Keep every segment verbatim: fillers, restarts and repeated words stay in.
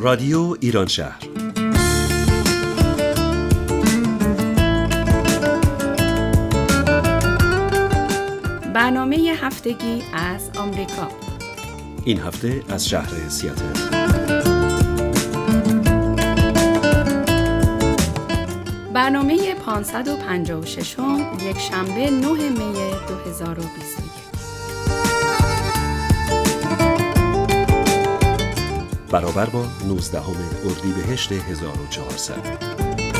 رادیو ایران شهر. برنامه هفتگی از آمریکا. این هفته از شهر سیاتل. برنامه پانصد و پنجاه و شش یک شنبه نه می دو هزار و بیست و یک. برابر با نوزدهم اردیبهشت هزار و چهارصد.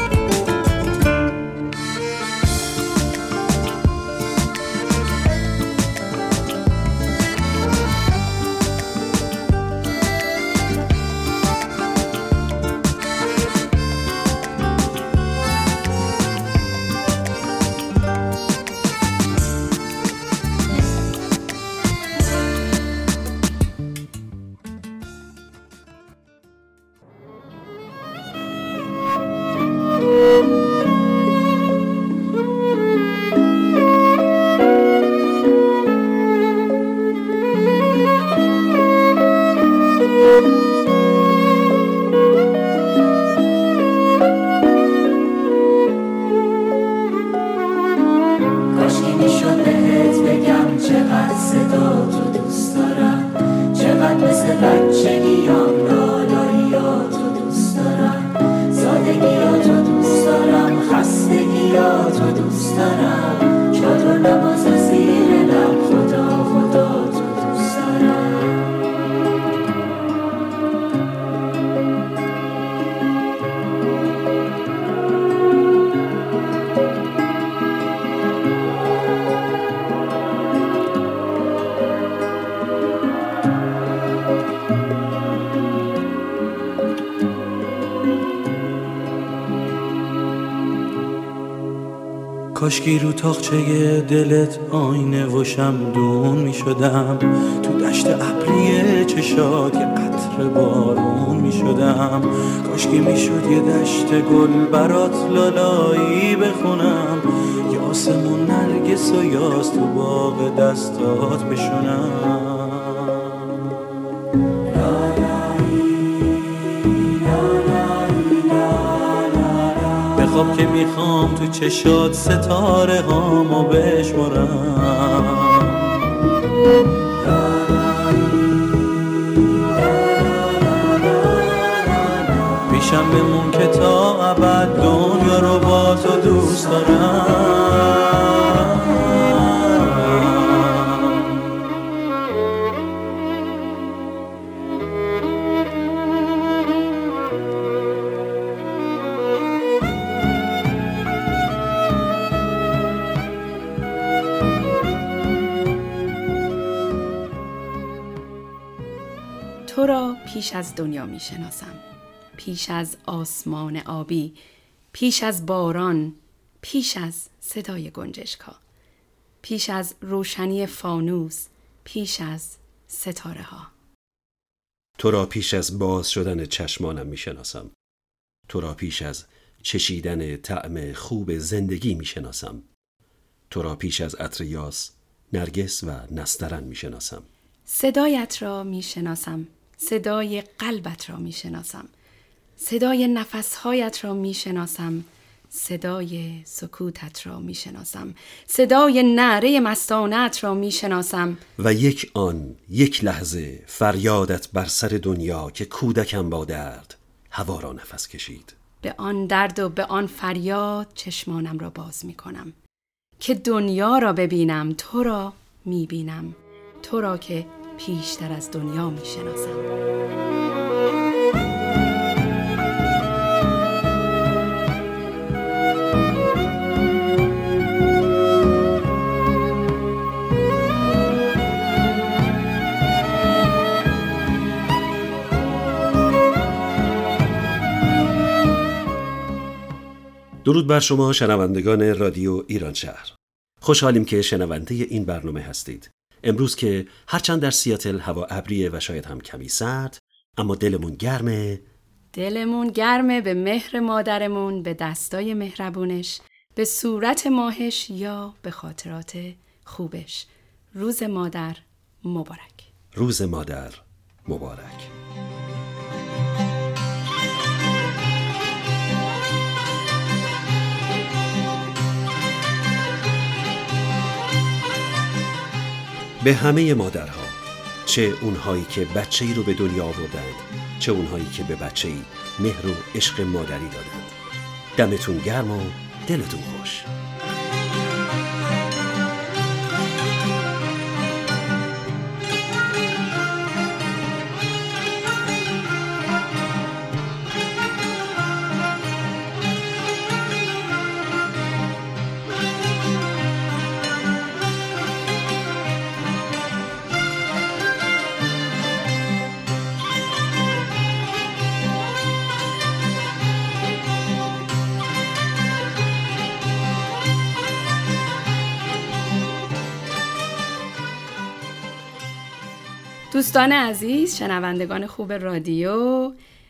کاشکی رو تاقچه دلت آینه و شمدون می شدم، تو دشت ابری چشات یه قطره بارون می شدم. کاشکی می شد یه دشت گل برات لالایی بخونم، یه آسمون نرگس و یاس تو باغ دستات بشونم. خواب که میخوام تو چشات ستاره هامو بشمارم، پیشم بمون که تا ابد دنیا رو با تو دوست دارم. تو را پیش از دنیا می شناسم، پیش از آسمان آبی، پیش از باران، پیش از صدای گنجشک‌ها، پیش از روشنی فانوس، پیش از ستاره ها. تو را پیش از باز شدن چشمانم می شناسم. تو را پیش از چشیدن طعم خوب زندگی می شناسم. تو را پیش از عطر یاس، نرگس و نسترن می شناسم. صدایت را می شناسم، صدای قلبت را می شناسم، صدای نفسهایت را می شناسم، صدای سکوتت را می شناسم، صدای نعره مستانت را می شناسم. و یک آن یک لحظه فریادت بر سر دنیا که کودکم با درد هوا را نفس کشید. به آن درد و به آن فریاد چشمانم را باز می کنم که دنیا را ببینم. تو را می بینم، تو را که پیشتر از دنیا می شناسم. درود بر شما شنوندگان رادیو ایران شهر. خوشحالیم که شنونده این برنامه هستید. امروز که هرچند در سیاتل هوا ابریه و شاید هم کمی سرد، اما دلمون گرمه. دلمون گرمه به مهر مادرمون، به دستای مهربونش، به صورت ماهش یا به خاطرات خوبش. روز مادر مبارک. روز مادر مبارک. به همه مادرها، چه اونهایی که بچه‌ای رو به دنیا آوردند، چه اونهایی که به بچه‌ای مهر و عشق مادری دادند. دمتون گرم و دلتون خوش. دوستان عزیز، شنوندگان خوب رادیو،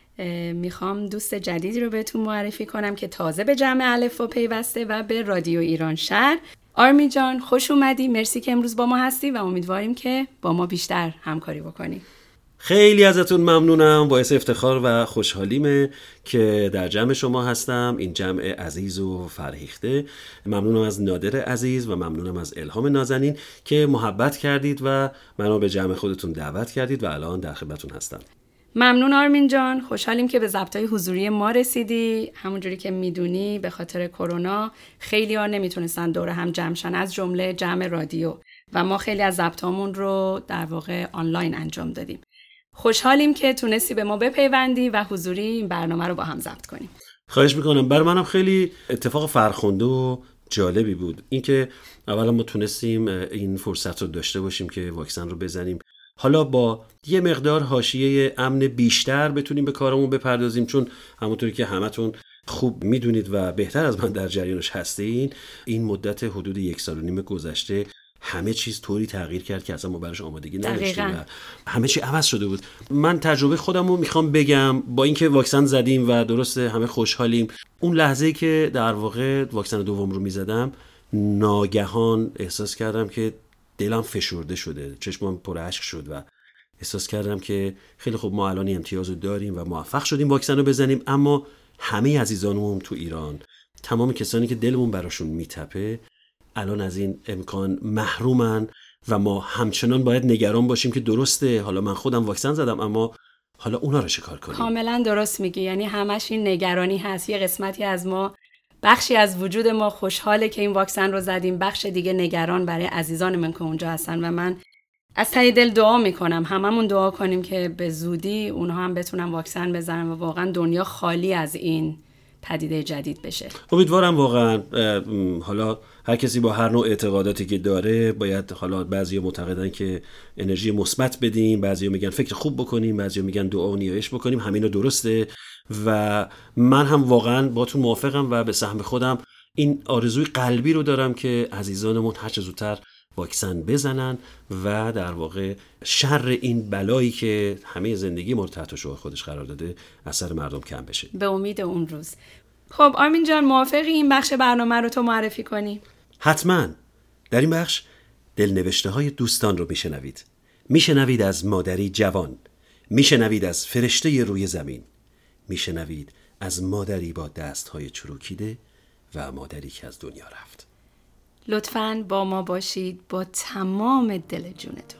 میخوام دوست جدیدی رو بهتون معرفی کنم که تازه به جمع الفبا پیوسته و به رادیو ایران شهر. آرمین جان، خوش اومدی. مرسی که امروز با ما هستی و امیدواریم که با ما بیشتر همکاری بکنی. خیلی ازتون ممنونم. باعث افتخار و خوشحالیمه که در جمع شما هستم، این جمع عزیز و فرهیخته. ممنونم از نادر عزیز و ممنونم از الهام نازنین که محبت کردید و منو به جمع خودتون دعوت کردید و الان در خدمتتون هستم. ممنون آرمین جان. خوشحالیم که به ضبط‌های حضوری ما رسیدی. همونجوری که میدونی به خاطر کرونا خیلی‌ها نمیتونستن دور هم جمع شن، از جمله جمع رادیو، و ما خیلی از ضبطامون رو در واقع آنلاین انجام دادیم. خوشحالیم که تونستی به ما بپیوندی و حضوری این برنامه رو با هم ضبط کنیم. خواهش میکنم. برای منم خیلی اتفاق فرخنده و جالبی بود اینکه اولا ما تونستیم این فرصت رو داشته باشیم که واکسن رو بزنیم، حالا با یه مقدار حاشیه امن بیشتر بتونیم به کارمون بپردازیم، چون همونطوری که همتون خوب میدونید و بهتر از من در جریانش هستین، این مدت حدود یک سال و نیم گذشته همه چیز طوری تغییر کرد که اصلا ما براش آمادگی نداشتیم. همه چی عوض شده بود. من تجربه خودم رو میخوام بگم. با اینکه واکسن زدیم و درسته همه خوشحالیم، اون لحظه‌ای که در واقع واکسن دوم رو میزدم ناگهان احساس کردم که دلم فشرده شده، چشمم پر اشک شد و احساس کردم که خیلی خوب ما الان امتیاز رو داریم و موفق شدیم واکسن رو بزنیم، اما همه عزیزانمون تو ایران، تمام کسانی که دلمون براشون میتپه، الان از این امکان محرومن و ما همچنان باید نگران باشیم که درسته حالا من خودم واکسن زدم، اما حالا اونا رو چیکار کنیم؟ کاملا درست میگی. یعنی همش این نگرانی هست. یه قسمتی از ما، بخشی از وجود ما خوشحاله که این واکسن رو زدیم، بخش دیگه نگران برای عزیزان من که اونجا هستن، و من از ته دل دعا میکنم هممون دعا کنیم که به زودی اونها هم بتونن واکسن بزنن و واقعا دنیا خالی از این پدیده جدید بشه. امیدوارم واقعا. حالا هر کسی با هر نوع اعتقاداتی که داره، باید، حالا بعضیا معتقدن که انرژی مثبت بدیم، بعضیا میگن فکر خوب بکنیم، بعضیا میگن دعا و نیایش بکنیم، همینا درسته و من هم واقعا باهاتون موافقم و به سهم خودم این آرزوی قلبی رو دارم که عزیزانمون هر چه زودتر واکسن بزنن و در واقع شر این بلایی که همه زندگی ما رو تحت شعاع خودش قرار داده از سر مردم کم بشه. به امید اون روز. خب آرمین جان، موافقی این بخش برنامه رو تو معرفی کنی؟ حتما. در این بخش دلنوشته های دوستان رو میشنوید. میشنوید از مادری جوان، میشنوید از فرشته روی زمین، میشنوید از مادری با دستهای چروکیده و مادری که از دنیا رفت. لطفاً با ما باشید با تمام دل جونتون.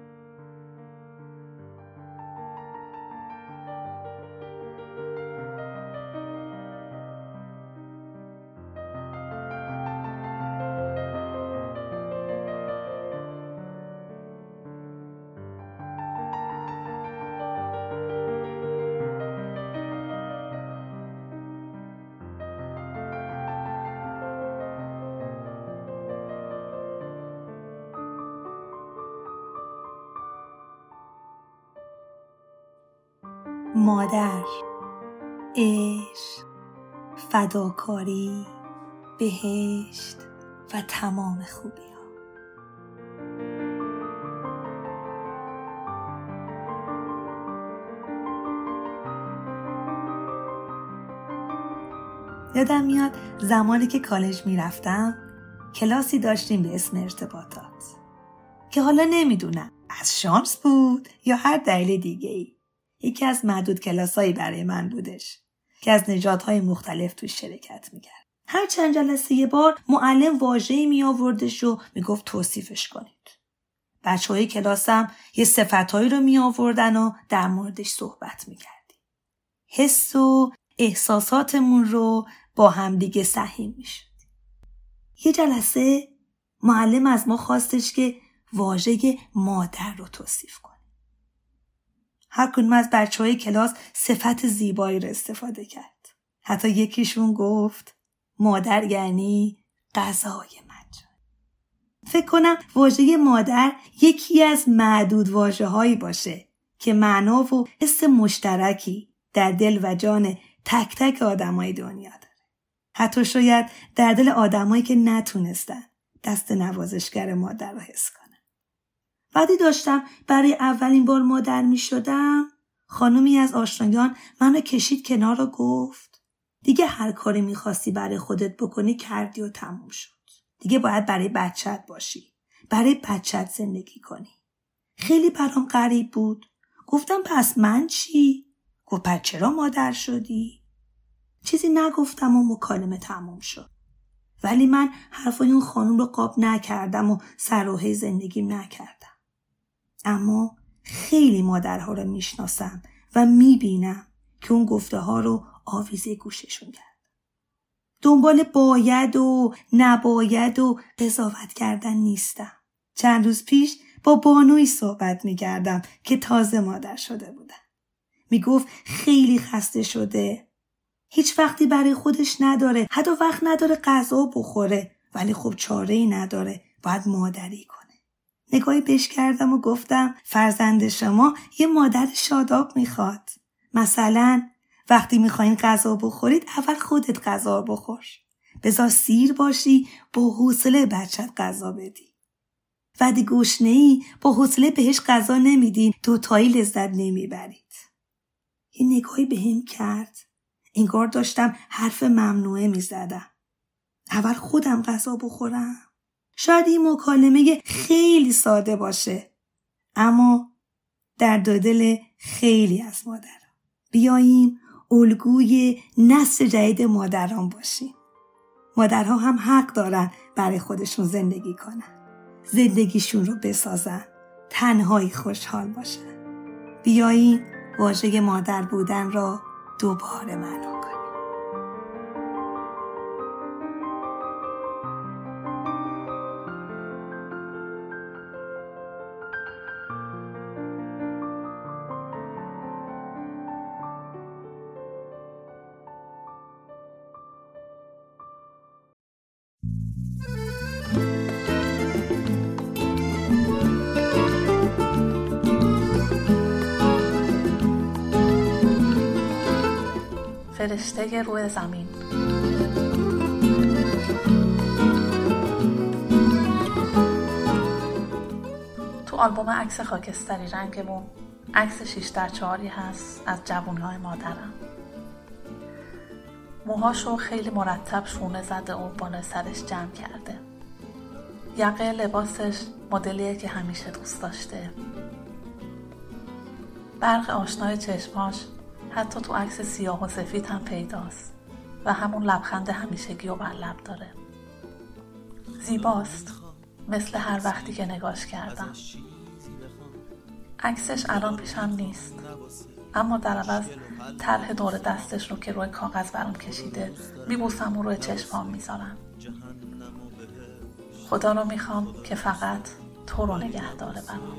مادر، عشق، فداکاری، بهشت و تمام خوبی ها. یادم میاد زمانی که کالج میرفتم کلاسی داشتیم به اسم ارتباطات که حالا نمیدونم از شانس بود یا هر دلیل دیگه ای یکی از معدود کلاسایی برای من بودش که از نژادهای مختلف توش شرکت میکرد. هر چند جلسه یه بار معلم واژه‌ای می آوردش و میگفت توصیفش کنید. بچه های کلاسم یه صفتهایی رو می آوردن و در موردش صحبت می کردیم. حس و احساساتمون رو با هم دیگه سهیم می شد. یه جلسه معلم از ما خواستش که واژه مادر رو توصیف کنیم. هر کدوم از بچه های کلاس صفت زیبایی رو استفاده کرد. حتی یکیشون گفت مادر یعنی غذای مجانی. فکر کنم واژه مادر یکی از معدود واژه‌هایی باشه که معنا و حس مشترکی در دل و جان تک تک آدمای دنیا داره. حتی شاید در دل آدمایی که نتونستن دست نوازشگر مادر رو حس کنن. وقتی داشتم برای اولین بار مادر می شدم، خانومی از آشنایان منو کشید کنار و گفت دیگه هر کاری می خواستی برای خودت بکنی کردی و تموم شد. دیگه باید برای بچت باشی. برای بچت زندگی کنی. خیلی برام غریب بود. گفتم پس من چی؟ گفت پس چرا مادر شدی؟ چیزی نگفتم و مکالمه تموم شد. ولی من حرفای اون خانم رو قاب نکردم و سراحه زندگیم نکردم. اما خیلی مادرها رو میشناسم و میبینم که اون گفته ها رو آویزه گوششون کرد. دنبال باید و نباید و قضاوت کردن نیستم. چند روز پیش با بانوی صحبت میکردم که تازه مادر شده بودن. میگفت خیلی خسته شده. هیچ وقتی برای خودش نداره. حتی وقت نداره غذا بخوره. ولی خب چاره‌ای نداره. باید مادری کنه. نگاهی بهش کردم و گفتم فرزند شما یه مادر شاداب میخواد. مثلا وقتی میخواین غذا بخورید اول خودت غذا بخور. بذار سیر باشی با حوصله بچت غذا بدی. وقتی گشنه‌ای با حوصله بهش غذا نمیدین دوتایی لذت نمیبرید. یه نگاهی بهم کرد. انگار داشتم حرف ممنوعه میزدم. اول خودم غذا بخورم. شاید این مکالمه خیلی ساده باشه. اما در دل خیلی از مادران. بیاییم الگوی نسل جدید مادران باشیم. مادرها هم حق دارن برای خودشون زندگی کنن. زندگیشون رو بسازن. تنهایی خوشحال باشن. بیاییم واژه مادر بودن را دوباره معنا کنیم. فرشته روی زمین. تو آلبوم عکس خاکستری رنگمون عکس شیش در چهاری هست از جوونهای مادرم. موهاشو خیلی مرتب شونه زده و بالا سرش جمع کرده. یقه لباسش مدلیه که همیشه دوست داشته. برق آشنای چشماش حتی تو عکس سیاه و سفید هم پیداست و همون لبخند همیشگی و بر لب داره. زیباست، مثل هر وقتی که نگاش کردم. عکسش الان پیشم نیست، اما در عوض طرح دور دستش رو که روی کاغذ برام کشیده میبوسم و روی چشمام میذارم. خدا رو میخوام که فقط تو رو نگه داره برام.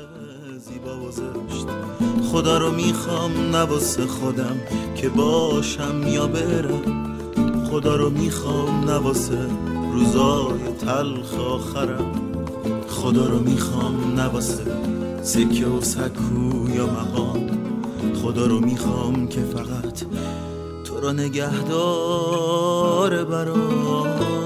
خدا رو میخوام نواسه خودم که باشم یا برم. خدا رو میخوام نواسه روزای تلخ آخرم. خدا رو میخوام نواسه سکه و سکو یا مقام. خدا رو میخوام که فقط تو رو نگه داره برام.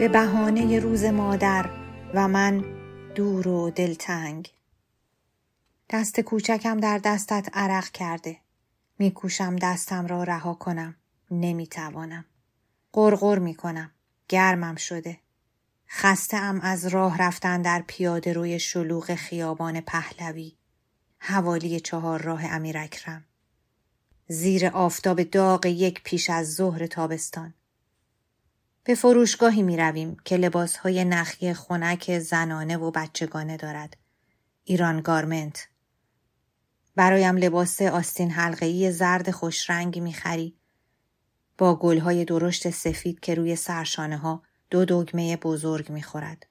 به بهانه روز مادر و من دور و دلتنگ. دست کوچکم در دستت عرق کرده. میکوشم دستم را رها کنم. نمیتوانم. غرغر میکنم. گرمم شده. خسته‌ام از راه رفتن در پیاده روی شلوغ خیابان پهلوی، حوالی چهار راه امیراکرم، زیر آفتاب داغ یک پیش از ظهر تابستان. به فروشگاهی می رویم که لباسهای نخی خنک زنانه و بچگانه دارد. ایران گارمنت. برایم لباس آستین حلقه‌ای زرد خوش رنگی می خری با گلهای درشت سفید که روی سرشانه ها دو دگمه بزرگ می خورد.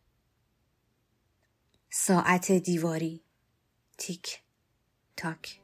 ساعت دیواری. تیک تاک.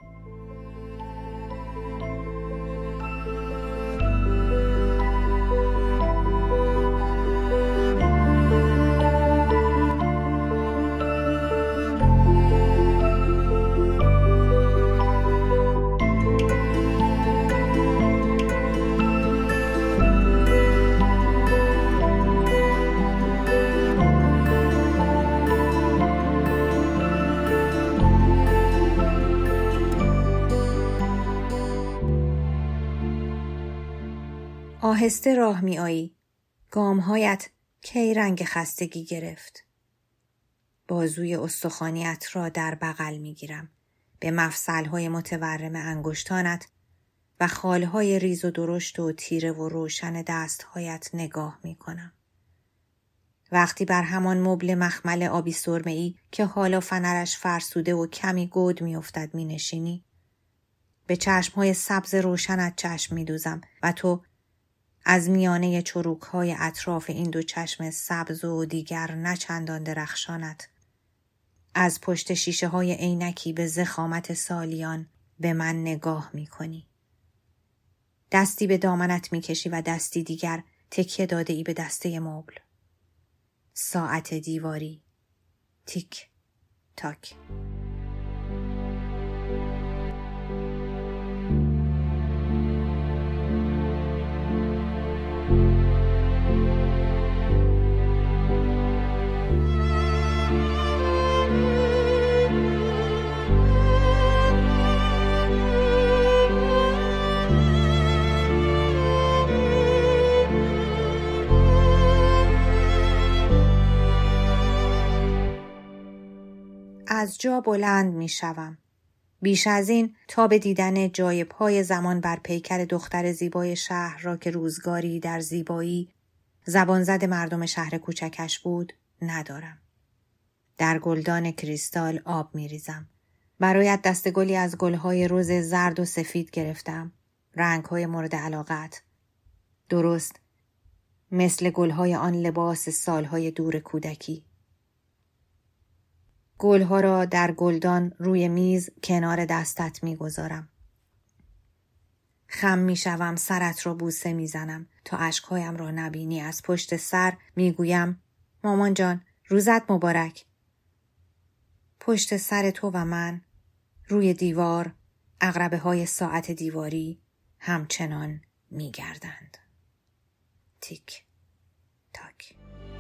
آهسته راه می آیی. گامهایت کی رنگ خستگی گرفت. بازوی استخوانیت را در بغل می گیرم. به مفصلهای متورم انگشتانت و خالهای ریز و درشت و تیره و روشن دستهایت نگاه می کنم. وقتی بر همان مبل مخمل آبی سرمه‌ای که حالا فنرش فرسوده و کمی گود می افتد می نشینی، به چشمهای سبز روشنت چشم می دوزم و تو از میانه چروک‌های اطراف این دو چشم سبز و دیگر نچندان درخشانت از پشت شیشه‌های عینکی به ضخامت سالیان به من نگاه می‌کنی. دستی به دامنت می‌کشی و دستی دیگر تکیه داده ای به دسته مبل. ساعت دیواری. تیک تاک. از جا بلند می شوم. بیش از این تا به دیدن جای پای زمان بر پیکر دختر زیبای شهر را که روزگاری در زیبایی زبان زد مردم شهر کوچکش بود ندارم. در گلدان کریستال آب می ریزم. برایت دست گلی از گلهای رز زرد و سفید گرفتم. رنگهای مورد علاقت. درست مثل گلهای آن لباس سالهای دور کودکی. گلها را در گلدان روی میز کنار دستت می گذارم. خم می شوم، سرت را بوسه می زنم تا اشکهایم را نبینی. از پشت سر می گویم مامان جان روزت مبارک. پشت سر تو و من روی دیوار عقربه های ساعت دیواری همچنان می گردند. تیک تاک.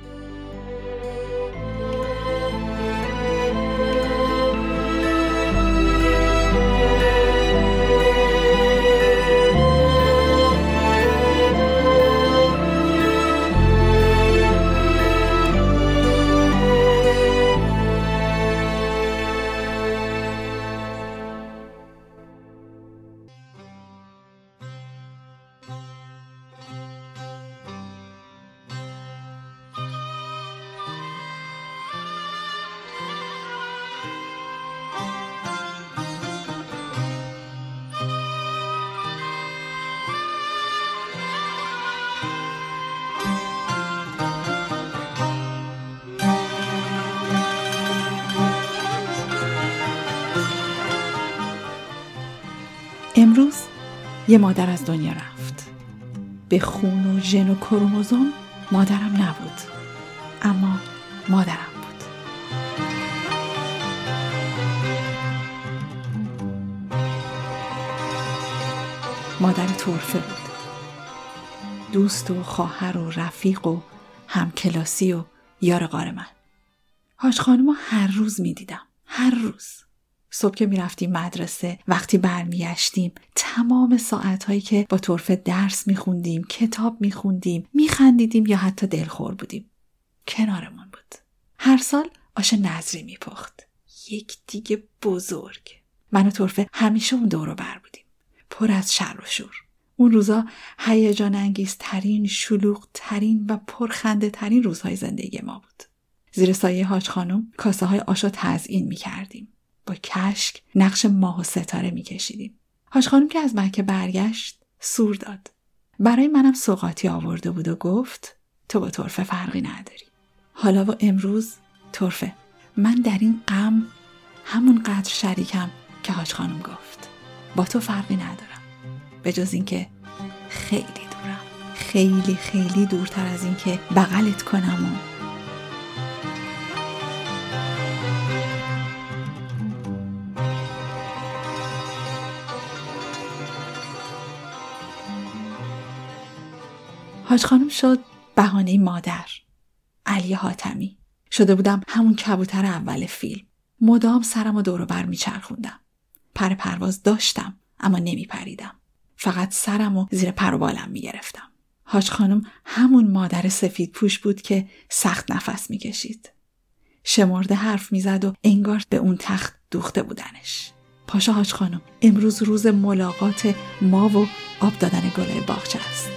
امروز یه مادر از دنیا رفت. به خون و ژن و کروموزوم مادرم نبود، اما مادرم بود. مادر طرفه بود. دوست و خواهر و رفیق و هم کلاسی و یار غار من. حاج خانومو هر روز می دیدم. هر روز. صبح که می رفتیم مدرسه، وقتی برمیگشتیم، تمام ساعتهایی که با طرفه درس می خوندیم، کتاب می خوندیم، می خندیدیم یا حتی دلخور بودیم. کنارمون بود. هر سال آش نظری می پخت. یک دیگه بزرگ. من و طرفه همیشه اون دور و بر بودیم. پر از شر و شور. اون روزا هیجان انگیز ترین، شلوغ ترین و پرخنده ترین روزهای زندگی ما بود. زیر سایه حاج خانم کاسه های آشو تزیین می کردیم. با کشک نقش ماه و ستاره می کشیدیم. حاج خانم که از مکه برگشت سور داد. برای منم سوغاتی آورده بود و گفت تو با طرفه فرقی نداری. حالا و امروز طرفه، من در این غم همون قدر شریکم که حاج خانم گفت. با تو فرقی ندارم. به جز این که خیلی دورم. خیلی خیلی دورتر از این که بغلت کنم و حاج خانم شد بهانه مادر. علی حاتمی. شده بودم همون کبوتر اول فیلم. مدام سرم و دور و بر می چرخوندم. پر پرواز داشتم اما نمی پریدم. فقط سرم و زیر پر و بالم می گرفتم. حاج خانم همون مادر سفید پوش بود که سخت نفس می کشید. شمرده حرف می زد و انگار به اون تخت دوخته بودنش. پاشا حاج خانم، امروز روز ملاقات ما و آب دادن گلای باغچه است.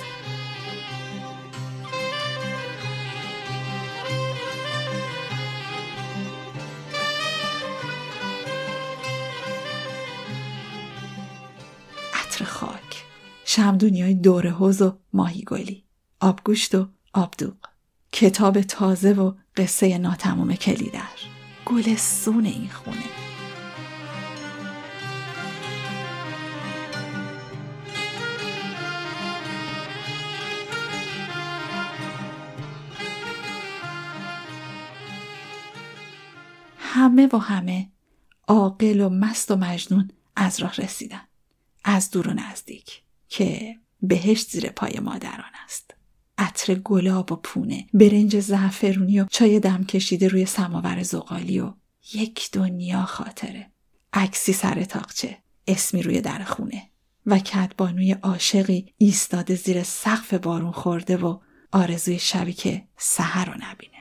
عطر خاک، شمعدونی‌های دوره حوض و ماهی گلی، آبگوشت و آبدوغ، کتاب تازه و قصه ناتمام کلیدر، گلستون این خونه. همه و همه عاقل و مست و مجنون از راه رسیدن، از دور و نزدیک، که بهشت زیر پای مادران است. عطر گلاب و پونه، برنج زعفرونی و چای دم کشیده روی سماور زغالی و یک دنیا خاطره. عکسی سر تاقچه، اسمی روی در خونه و کدبانوی عاشقی ایستاده زیر سقف بارون خورده و آرزوی شبی که سحر رو نبینه.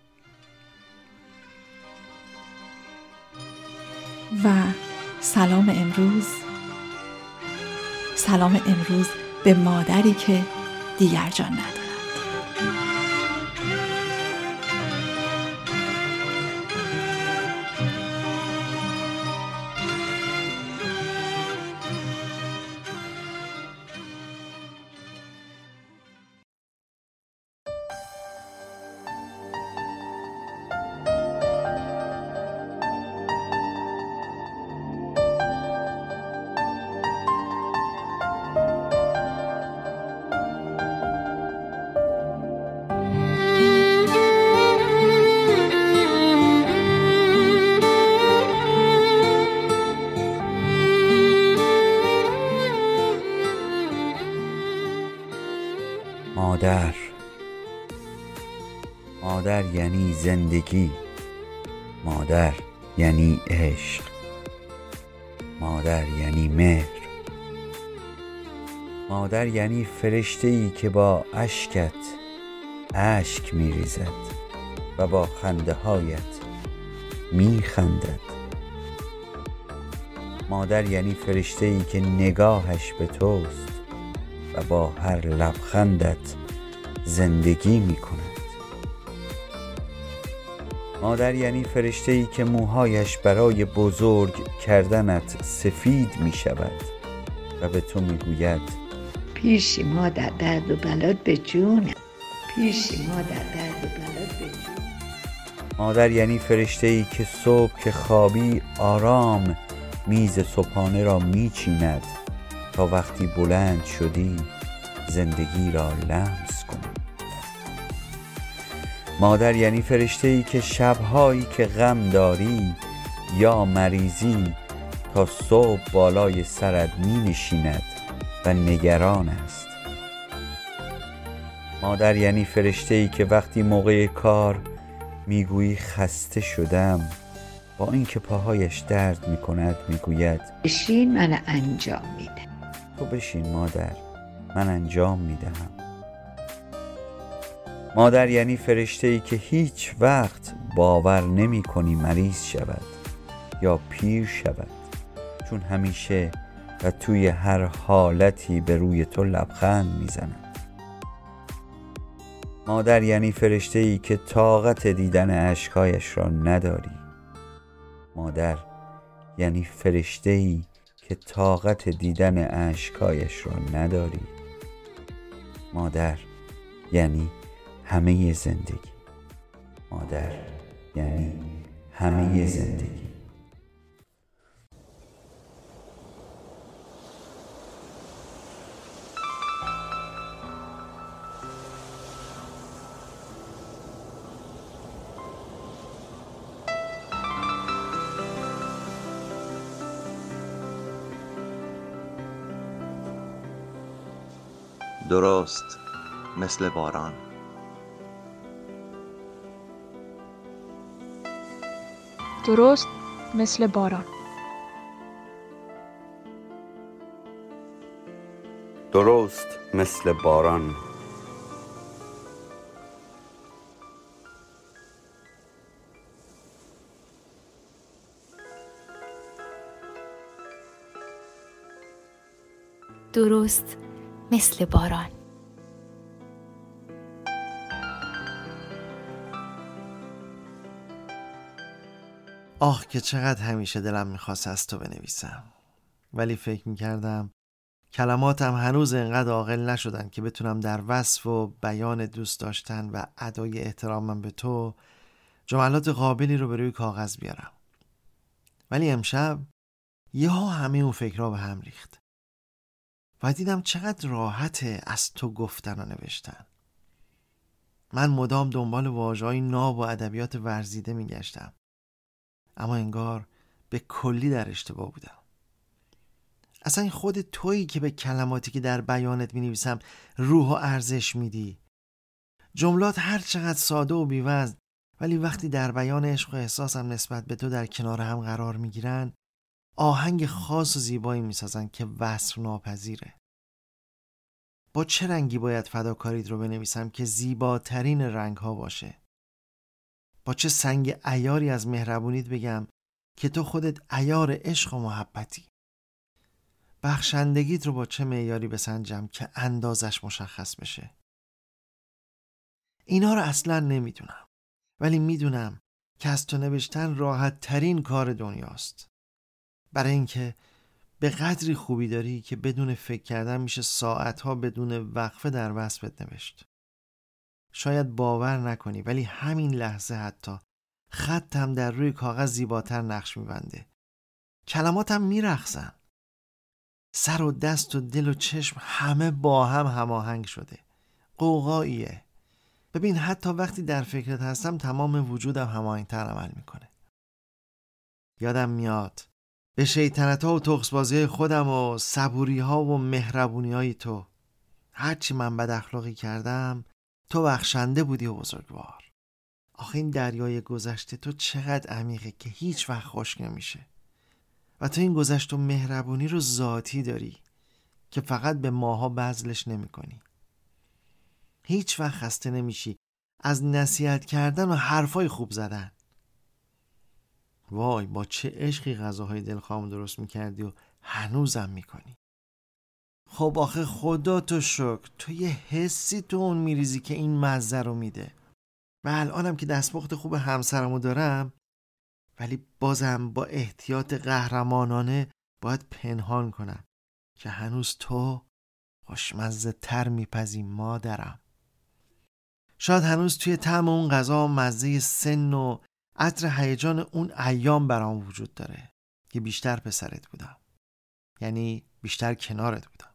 و سلام امروز، سلام امروز به مادری که دیگر جان ندارد. مادر، مادر یعنی زندگی، مادر یعنی عشق، مادر یعنی مهر، مادر یعنی فرشته‌ای که با اشکت اشک می‌ریزد و با خنده هایت می‌خندد. مادر یعنی فرشته‌ای که نگاهش به توست و با هر لبخندت زندگی می کند. مادر یعنی فرشته‌ای که موهایش برای بزرگ کردنت سفید می شود و به تو می گوید پیشی مادر درد و بلاد به جونم، پیشی مادر درد و بلاد به جونم. مادر یعنی فرشته‌ای که صبح که خوابی آرام میز صبحانه را می چیند تا وقتی بلند شدی زندگی را لمس کنی. مادر یعنی فرشته‌ای که شب‌هایی که غم داری یا مریضی تا صبح بالای سرت می نشیند و نگران است. مادر یعنی فرشته‌ای که وقتی موقع کار میگویی خسته شدم، با اینکه پاهایش درد میکند میگوید بشین من انجام میدم. تو بشین مادر، من انجام میدهم. مادر یعنی فرشته‌ای که هیچ وقت باور نمی کنی مریض شود یا پیر شود، چون همیشه و توی هر حالتی به روی تو لبخند میزند. مادر یعنی فرشته‌ای که طاقت دیدن اشکایش را نداری. مادر یعنی فرشته‌ای که طاقت دیدن اشکایش را نداری. مادر یعنی همه زندگی. مادر یعنی همه زندگی. درست مثل باران. درست مثل باران. درست مثل باران. درست مثل باران. آخ که چقدر همیشه دلم میخواست از تو بنویسم، ولی فکر میکردم کلماتم هنوز انقدر عاقل نشدن که بتونم در وصف و بیان دوست داشتن و ادای احترامم به تو جملات قابلی رو به روی کاغذ بیارم. ولی امشب یهو همه اون فکرها به هم ریخت و دیدم چقدر راحته از تو گفتن و نوشتن. من مدام دنبال واژه‌های ناب و ادبیات ورزیده میگشتم، اما انگار به کلی در اشتباه بودم. اصلا این خود تویی که به کلماتی که در بیانت می‌نویسم روح و ارزش میدی. جملات هر چقدر ساده و بی‌وزن، ولی وقتی در بیان عشق و احساسم نسبت به تو در کنار هم قرار میگیرن، آهنگ خاص و زیبایی میسازن که وصف ناپذیره. با چه رنگی باید فداکاریت رو بنویسم که زیباترین رنگ ها باشه؟ با چه سنگ عیاری از مهربونیت بگم که تو خودت عیار عشق و محبتی؟ بخشندگیت رو با چه معیاری بسنجم که اندازش مشخص بشه؟ اینا رو اصلا نمیدونم، ولی میدونم که از تو نوشتن راحت ترین کار دنیاست. برای اینکه به قدری خوبی داری که بدون فکر کردن میشه ساعتها بدون وقفه در وصفت نوشت. شاید باور نکنی، ولی همین لحظه حتی خطم در روی کاغذ زیباتر نقش میبنده. کلماتم میرقصن. سر و دست و دل و چشم همه با هم هماهنگ شده. قوقاییه. ببین حتی وقتی در فکرت هستم تمام وجودم هماهنگتر عمل میکنه. یادم میاد به شیطنت ها و تخصبازی خودم و صبوری ها و مهربونی های تو. هرچی من بد اخلاقی کردم تو بخشنده بودی و بزرگوار. آخه این دریای گذشته تو چقدر عمیقه که هیچ وقت خشک نمیشه. و تو این گذشت و مهربونی رو ذاتی داری که فقط به ماها بذلش نمی کنی. هیچ وقت خسته نمیشی از نصیحت کردن و حرفای خوب زدن. وای با چه عشقی غذاهای دلخواه درست میکردی و هنوزم میکنی. خب آخه خدا تو شکر تو یه حسی تو اون میریزی که این مزه رو میده. و الانم که دستپخت خوب همسرمو دارم، ولی بازم با احتیاط قهرمانانه باید پنهان کنم که هنوز تو خوشمزه تر میپزی مادرم. شاید هنوز توی طعم اون غذا مزه سن و عطر هیجان اون ایام برام وجود داره که بیشتر پسرت بودم، یعنی بیشتر کنارت بودم.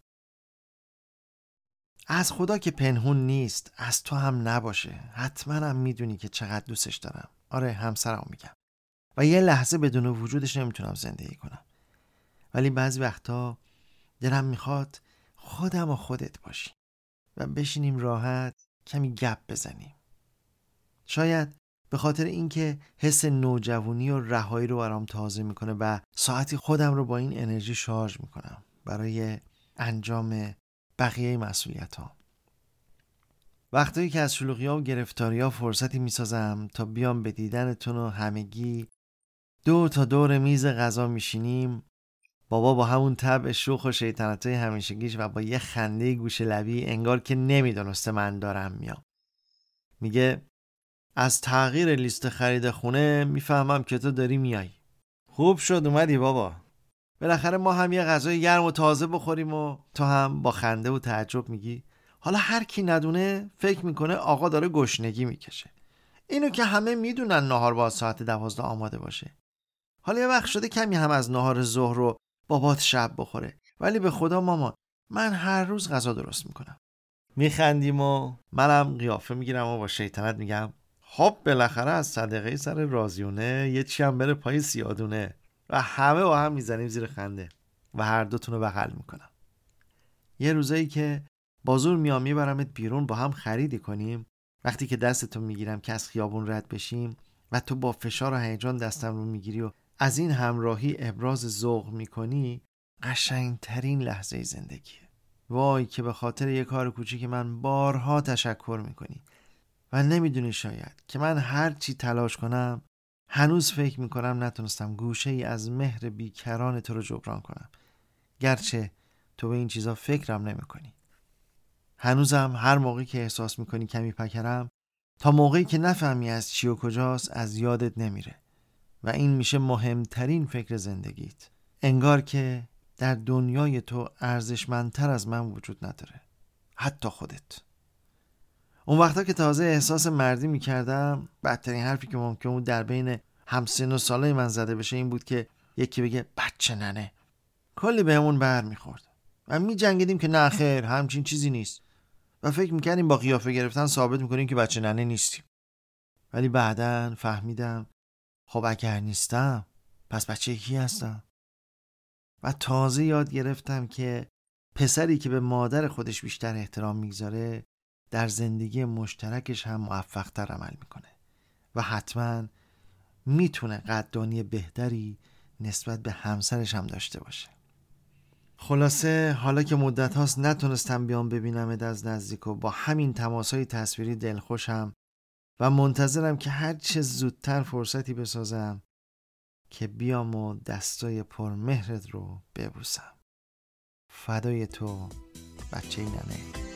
از خدا که پنهون نیست، از تو هم نباشه. حتما هم میدونی که چقدر دوستش دارم. آره همسرم میگم و یه لحظه بدون وجودش نمیتونم زندگی کنم، ولی بعضی وقتا دلم میخواد خودم و خودت باشی و بشینیم راحت کمی گپ بزنیم. شاید به خاطر اینکه حس نوجوانی و رهایی رو برام تازه میکنه و ساعتی خودم رو با این انرژی شارژ میکنم برای انجام بقیه مسئولیت‌ها. وقتی که از شلوغی‌ها و گرفتاری‌ها فرصتی میسازم تا بیام به دیدنتون و همگی دور تا دور میز غذا میشینیم، بابا با همون طبع شوخ و شیطنتای همیشگیش و با یه خنده گوشه لبی انگار که نمیدونسته من دارم میام. میگه از تغییر لیست خرید خونه میفهمم که تو داری میای. خوب شد اومدی بابا. بالاخره ما هم یه غذای گرم و تازه بخوریم و تو هم با خنده و تعجب میگی حالا هر کی ندونه فکر میکنه آقا داره گشنگی میکشه. اینو که همه میدونن نهار با ساعت دوازده آماده باشه. حالا یه وقت شده کمی هم از نهار ظهر رو بابات شب بخوره. ولی به خدا مامان من هر روز غذا درست میکنم. میخندیم و منم قیافه میگیرم و با شیطنت میگم خب بالاخره از صدقه سر رازیونه یه چی هم بره پای سیادونه و همه با هم میزنیم زیر خنده و هر دوتون رو بغل میکنم. یه روزایی که با زور میام میبرمت بیرون با هم خریدی کنیم، وقتی که دستتو میگیرم که از خیابون رد بشیم و تو با فشار و هیجان دستم رو میگیری و از این همراهی ابراز ذوق میکنی، قشنگترین لحظه زندگیه. وای که به خاطر یه کار کوچیک من بارها تشکر میکنی و نمیدونی شاید که من هر چی تلاش کنم هنوز فکر میکنم نتونستم گوشه ای از مهر بیکران تو رو جبران کنم، گرچه تو به این چیزا فکرم نمیکنی. هنوزم هر موقعی که احساس میکنی کمی پکرم، تا موقعی که نفهمی از چی و کجاست از یادت نمیره و این میشه مهمترین فکر زندگیت. انگار که در دنیای تو ارزشمندتر از من وجود نداره، حتی خودت. اون وقتا که تازه احساس مردی میکردم، بدترین حرفی که ممکن بود در بین همسن و سالای من زده بشه این بود که یکی بگه بچه ننه. کلی بهمون بر میخورد و میجنگیدیم که نه خیر همچین چیزی نیست و فکر میکردیم با قیافه گرفتن ثابت میکنیم که بچه ننه نیستیم. ولی بعداً فهمیدم خب اگر نیستم پس بچه کی هستم؟ و تازه یاد گرفتم که پسری که به مادر خودش بیشتر احترام میگذاره در زندگی مشترکش هم موفق‌تر عمل میکنه و حتما میتونه قدردانی بهتری نسبت به همسرش هم داشته باشه. خلاصه حالا که مدت هاست نتونستم بیام ببینمت از نزدیک و با همین تماسهای تصویری دلخوشم و منتظرم که هر چه زودتر فرصتی بسازم که بیام و دستای پرمهرت رو ببوسم. فدای تو بچه ننه.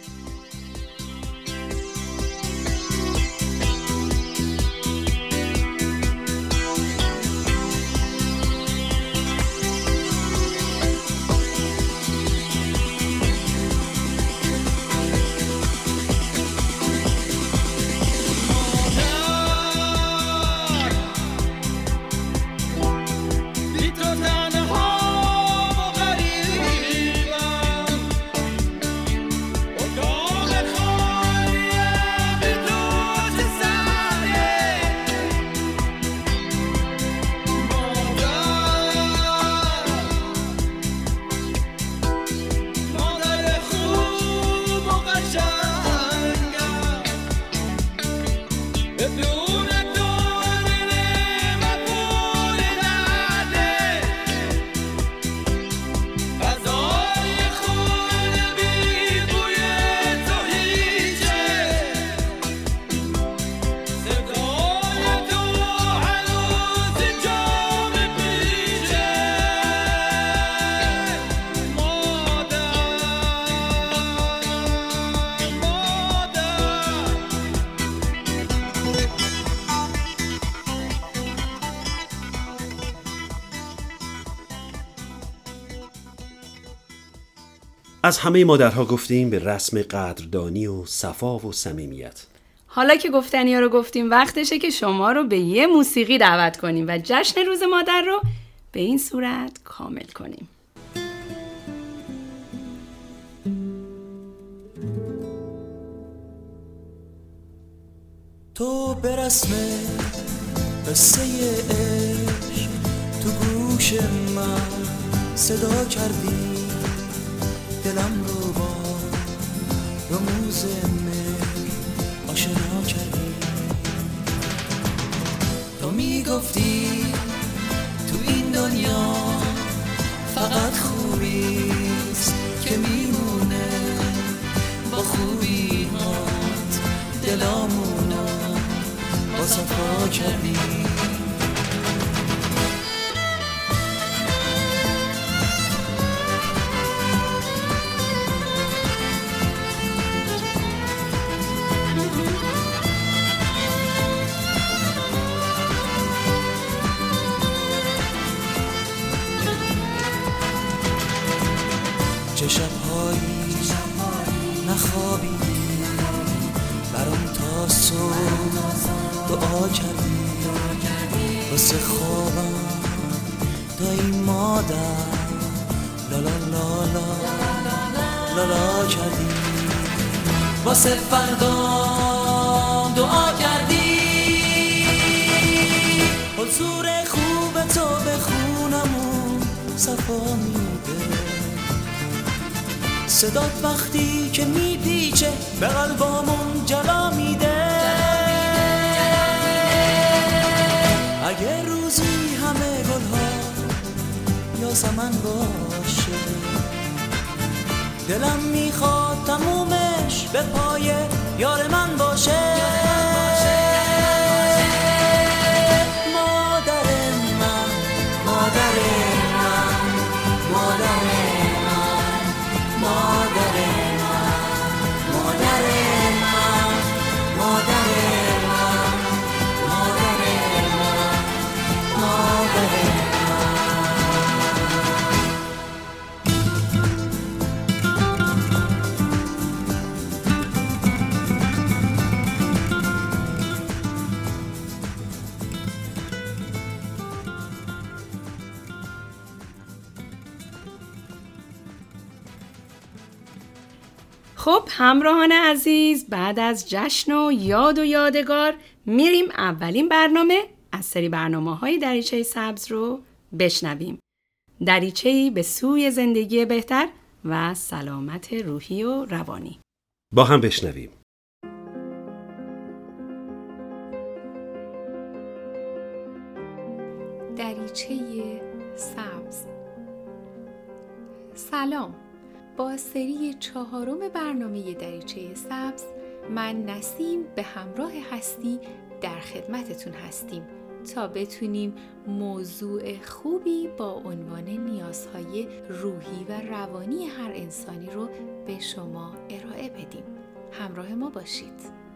از همه مادرها گفتیم به رسم قدردانی و صفا و صمیمیت. حالا که گفتنی ها رو گفتیم وقتشه که شما رو به یه موسیقی دعوت کنیم و جشن روز مادر رو به این صورت کامل کنیم. تو به رسم قصه عشق تو گوش من صدا کردی، دلم رو با رموز مهر آشنا کردی. تو میگفتی تو این دنیا فقط خوبیست که میمونه، با خوبی هات دلامونو با صفا کردی. چه شب‌هایی نخوابیدی برام تا صبح دعا کردی، واسه خوابم دایی مادر لالا لالا لالا کردی، واسه فردام دعا کردی. حضور خوب تو به خونمون صفا میده، صدات وقتی که میپیچه به قلبامون جلا میده. اگه روزی همه گلها یاسمن باشه، دلم میخواد تمومش به پای یار من باشه. مادر من مادر من مادر من مادر من مادر من مادر من مادر من مادر خب همراهان عزیز، بعد از جشن و یاد و یادگار میریم اولین برنامه از سری برنامه‌های دریچه سبز رو بشنویم. دریچه‌ای به سوی زندگی بهتر و سلامت روحی و روانی. با هم بشنویم. دریچه سبز. سلام. با سری چهارم برنامه دریچه سبز، من نسیم به همراه هستی در خدمتتون هستیم تا بتونیم موضوع خوبی با عنوان نیازهای روحی و روانی هر انسانی رو به شما ارائه بدیم. همراه ما باشید.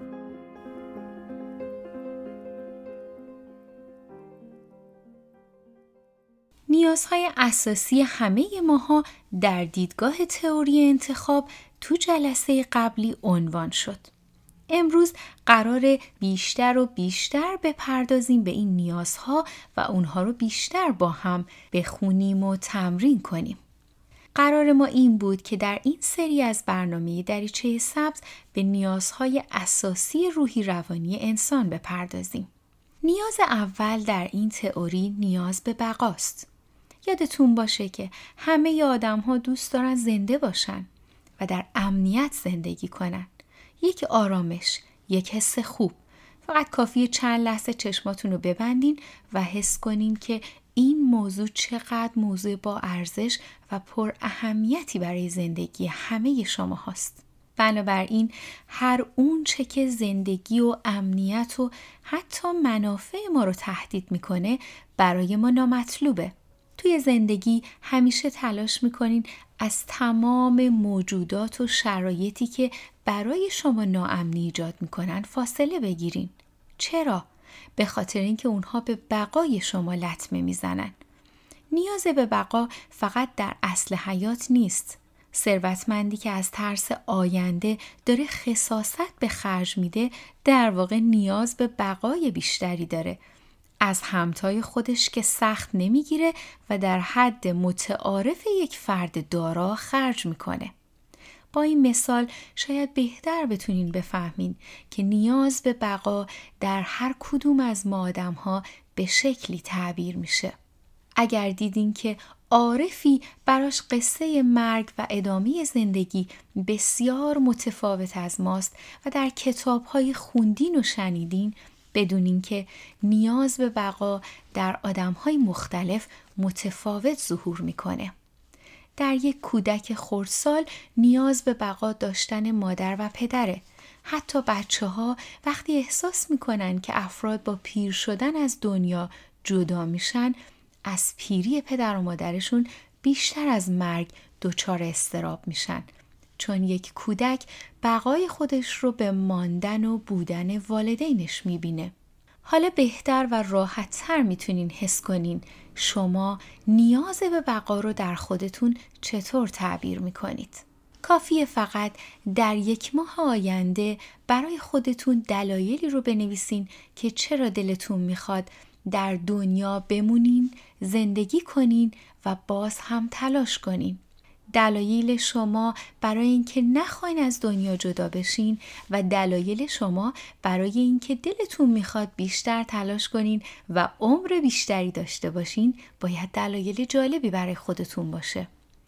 نیازهای اساسی همه ماها در دیدگاه تئوری انتخاب تو جلسه قبلی عنوان شد. امروز قرار بیشتر و بیشتر بپردازیم به این نیازها و اونها رو بیشتر با هم بخونیم و تمرین کنیم. قرار ما این بود که در این سری از برنامه دریچه سبز به نیازهای اساسی روحی روانی انسان بپردازیم. نیاز اول در این تئوری نیاز به بقاست. یادتون باشه که همه آدم ها دوست دارن زنده باشن و در امنیت زندگی کنن. یک آرامش، یک حس خوب. فقط کافیه چند لحظه چشماتون رو ببندین و حس کنین که این موضوع چقدر موضوع با ارزش و پر اهمیتی برای زندگی همه شما هست. بنابراین هر اون چه که زندگی و امنیت و حتی منافع ما رو تهدید میکنه برای ما نامطلوبه. توی زندگی همیشه تلاش میکنین از تمام موجودات و شرایطی که برای شما ناامنی ایجاد میکنن فاصله بگیرین. چرا؟ به خاطر اینکه اونها به بقای شما لطمه میزنن. نیاز به بقا فقط در اصل حیات نیست. ثروتمندی که از ترس آینده داره خساست به خرج میده در واقع نیاز به بقای بیشتری داره. از همتای خودش که سخت نمیگیره و در حد متعارف یک فرد دارا خرج میکنه. با این مثال شاید بهتر بتونین بفهمین که نیاز به بقا در هر کدوم از ما آدم ها به شکلی تعبیر میشه. اگر دیدین که عارفی براش قصه مرگ و ادامه زندگی بسیار متفاوت از ماست و در کتاب‌های خوندین و شنیدین، بدونین که نیاز به بقا در آدم‌های مختلف متفاوت ظهور میکنه. در یک کودک خردسال نیاز به بقا داشتن مادر و پدره. حتی بچه ها وقتی احساس میکنن که افراد با پیر شدن از دنیا جدا میشن، از پیری پدر و مادرشون بیشتر از مرگ دچار اضطراب میشن، چون یک کودک بقای خودش رو به ماندن و بودن والدینش میبینه. حالا بهتر و راحت تر میتونین حس کنین شما نیاز به بقا رو در خودتون چطور تعبیر میکنید. کافیه فقط در یک ماه آینده برای خودتون دلایلی رو بنویسین که چرا دلتون میخواد در دنیا بمونین، زندگی کنین و باز هم تلاش کنین. دلایل شما برای اینکه نخواین از دنیا جدا بشین و دلایل شما برای اینکه دلتون میخواد بیشتر تلاش کنین و عمر بیشتری داشته باشین باید دلایل جالبی برای خودتون باشه.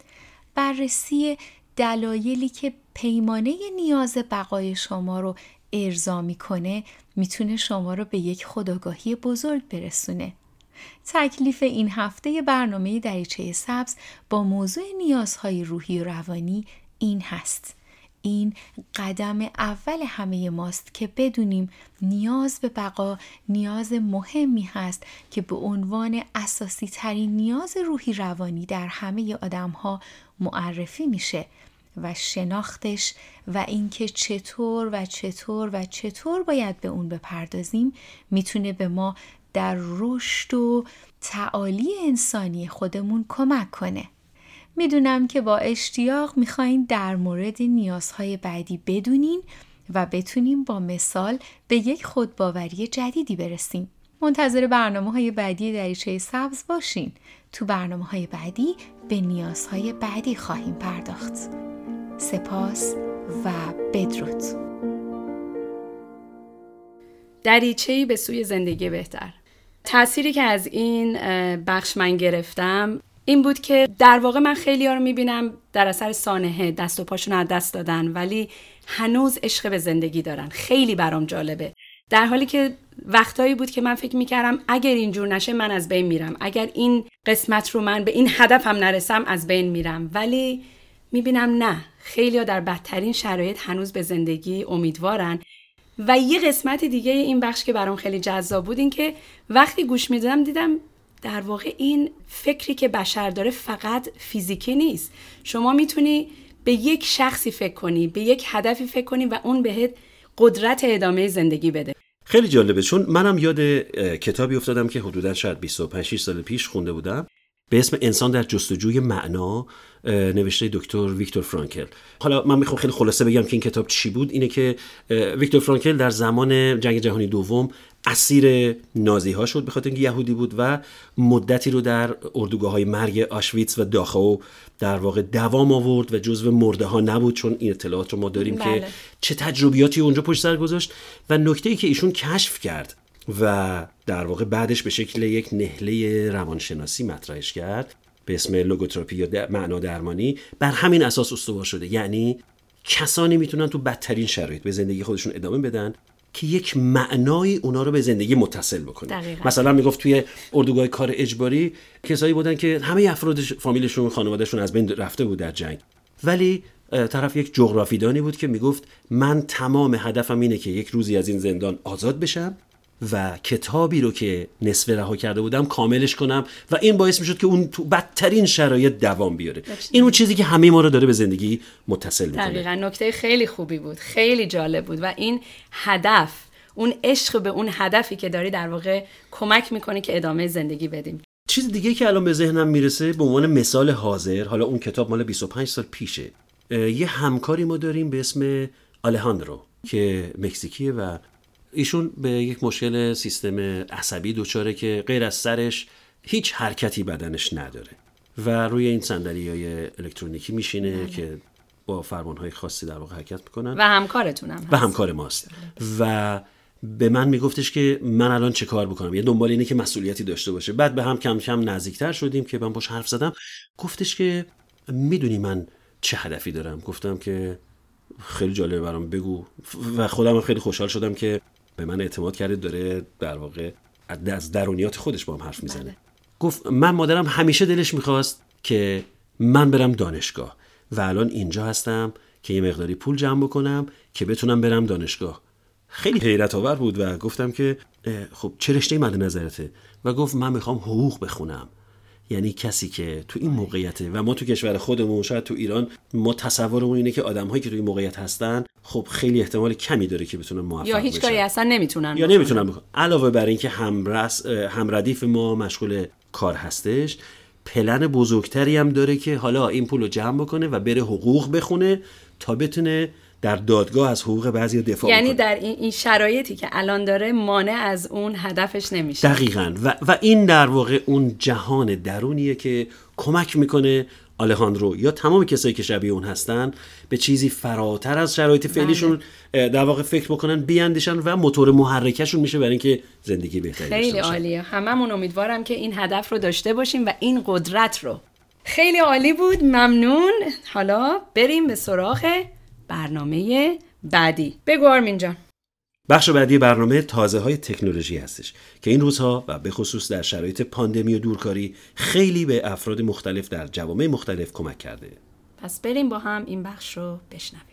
بررسی دلایلی که پیمانه نیاز بقای شما رو ارضا میکنه میتونه شما رو به یک خودآگاهی بزرگ برسونه. تکلیف این هفته برنامه دریچه سبز با موضوع نیازهای روحی و روانی این هست. این قدم اول همه ماست که بدونیم نیاز به بقا نیاز مهمی هست که به عنوان اساسی ترین نیاز روحی روانی در همه آدم ها معرفی میشه و شناختش و اینکه چطور و چطور و چطور باید به اون بپردازیم میتونه به ما در رشد و تعالی انسانی خودمون کمک کنه. میدونم که با اشتیاق میخواین در مورد نیازهای بعدی بدونین و بتونیم با مثال به یک خودباوری جدیدی برسیم. منتظر برنامه‌های بعدی دریچه سبز باشین. تو برنامه‌های بعدی به نیازهای بعدی خواهیم پرداخت. سپاس و بدرود. دریچه‌ای به سوی زندگی بهتر. تأثیری که از این بخش من گرفتم این بود که در واقع من خیلی ها رو میبینم در اثر سانحه دست و پاشون از دست دادن ولی هنوز عشق به زندگی دارن. خیلی برام جالبه. در حالی که وقتایی بود که من فکر میکردم اگر اینجور نشه من از بین میرم، اگر این قسمت رو من به این هدفم نرسم از بین میرم، ولی میبینم نه، خیلی ها در بدترین شرایط هنوز به زندگی امیدوارن. و یه قسمت دیگه این بخش که برام خیلی جذاب بود این که وقتی گوش میدادم دیدم در واقع این فکری که بشر داره فقط فیزیکی نیست. شما میتونی به یک شخصی فکر کنی، به یک هدفی فکر کنی و اون بهت قدرت ادامه زندگی بده. خیلی جالبه، چون منم یاد کتابی افتادم که حدوداً شاید بیست و پنج سال پیش خونده بودم به اسم انسان در جستجوی معنا، نوشته دکتر ویکتور فرانکل. حالا من میخوام خیلی خلاصه بگم که این کتاب چی بود. اینه که ویکتور فرانکل در زمان جنگ جهانی دوم اسیر نازی ها شد به خاطر اینکه یهودی بود و مدتی رو در اردوگاه‌های مرگ آشویتس و داخاو در واقع دوام آورد و جزو مرده ها نبود، چون این اطلاعات رو ما داریم بله. که چه تجربیاتی اونجا پشت سر گذاشت. و نکته‌ای که ایشون کشف کرد و در واقع بعدش به شکل یک نهله روانشناسی مطرحش کرد به اسم لوگوتراپی یا معنا درمانی، بر همین اساس استوار شده. یعنی کسانی میتونن تو بدترین شرایط به زندگی خودشون ادامه بدن که یک معنایی اونا رو به زندگی متصل بکنه. دقیقا. مثلا میگفت توی اردوگاه کار اجباری کسایی بودن که همه افراد فامیلشون، خانوادهشون از بین رفته بود در جنگ، ولی طرف یک جغرافیدانی بود که میگفت من تمام هدفم اینه که یک روزی از این زندان آزاد بشم و کتابی رو که نصف رها کرده بودم کاملش کنم و این باعث میشد که اون تو بدترین شرایط دوام بیاره. این اون چیزی که همه ما رو داره به زندگی متصل میکنه. دقیقاً نکته خیلی خوبی بود، خیلی جالب بود و این هدف، اون عشق به اون هدفی که داری در واقع کمک میکنه که ادامه زندگی بدیم. چیز دیگه که الان به ذهنم میرسه به عنوان مثال حاضر، حالا اون کتاب مال بیست و پنج سال پیشه، یه همکاری ما داریم به اسم آلهاندرو که مکزیکیه و ایشون به یک مشکل سیستم عصبی دچاره که غیر از سرش هیچ حرکتی بدنش نداره و روی این صندلی‌های الکترونیکی میشینه بله. که با فرمان‌های خاصی در واقع حرکت میکنن و همکارتون هم هست و همکار ماست بله. و به من میگفتش که من الان چه کار بکنم، یه دنبال اینه که مسئولیتی داشته باشه. بعد به هم کم کم نزدیکتر شدیم که من باش حرف زدم. گفتش که میدونی من چه هدفی دارم؟ گفتم که خیلی جالبه برام، بگو. و خودم هم خیلی خوشحال شدم که به من اعتماد کرده، داره در واقع از درونیات خودش با هم حرف میزنه. بله. گفت من مادرم همیشه دلش میخواست که من برم دانشگاه و الان اینجا هستم که یه مقداری پول جمع بکنم که بتونم برم دانشگاه. خیلی حیرت آور بود و گفتم که خب چه رشته‌ای مد نظرته؟ و گفت من میخوام حقوق بخونم. یعنی کسی که تو این موقعیته و ما تو کشور خودمون، شاید تو ایران، ما تصورمون اینه که آدم‌هایی که تو این موقعیت هستن خب خیلی احتمال کمی داره که بتونن موفق بشن یا هیچ کاری اصلا نمیتونن یا نمیتونن بکنن. علاوه بر این که همرس همردیف ما مشغول کار هستش، پلن بزرگتری هم داره که حالا این پولو جمع بکنه و بره حقوق بخونه تا بتونه در دادگاه از حقوق بعضی دفاع یعنی بکنه. در این, این شرایطی که الان داره مانع از اون هدفش نمیشه. دقیقاً. و, و این در واقع اون جهان درونیه که کمک میکنه آلخاندرو یا تمام کسایی که شبیه اون هستن به چیزی فراتر از شرایط فعلیشون در واقع فکر بکنن، بیاندیشن و موتور محرکشون میشه برای اینکه زندگی بهتری داشته باشن. خیلی عالیه. هممون امیدوارم که این هدف رو داشته باشیم و این قدرت رو. خیلی عالی بود. ممنون. حالا بریم به سراغ برنامه بعدی. بگو آرمین جان. بخش بعدی برنامه تازه های تکنولوژی هستش که این روزها و به خصوص در شرایط پاندمی و دورکاری خیلی به افراد مختلف در جوامع مختلف کمک کرده. پس بریم با هم این بخش رو بشنویم.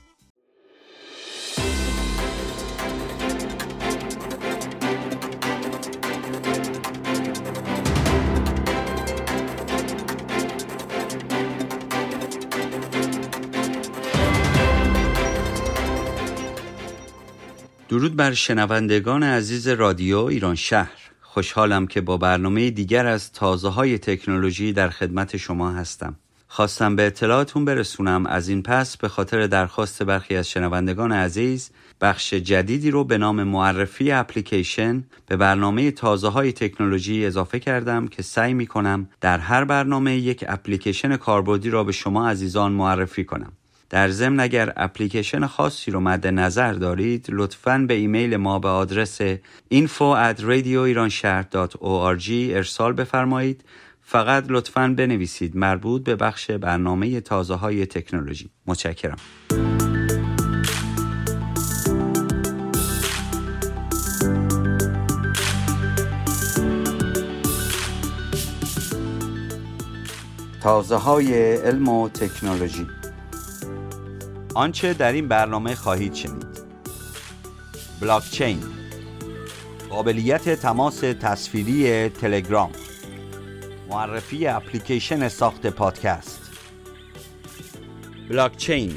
درود بر شنوندگان عزیز رادیو ایران شهر. خوشحالم که با برنامه دیگر از تازه های تکنولوژی در خدمت شما هستم. خواستم به اطلاعاتون برسونم از این پس به خاطر درخواست برخی از شنوندگان عزیز بخش جدیدی رو به نام معرفی اپلیکیشن به برنامه تازه های تکنولوژی اضافه کردم که سعی می کنم در هر برنامه یک اپلیکیشن کاربردی را به شما عزیزان معرفی کنم. در ضمن اگر اپلیکیشن خاصی رو مد نظر دارید لطفاً به ایمیل ما به آدرس info at radio iran shahr dot org ارسال بفرمایید. فقط لطفاً بنویسید مربوط به بخش برنامه تازه های تکنولوژی. متشکرم. تازه های علم و تکنولوژی. آنچه در این برنامه خواهید شنید: بلاکچین، قابلیت تماس تصویری تلگرام، معرفی اپلیکیشن ساخت پادکست. بلاکچین.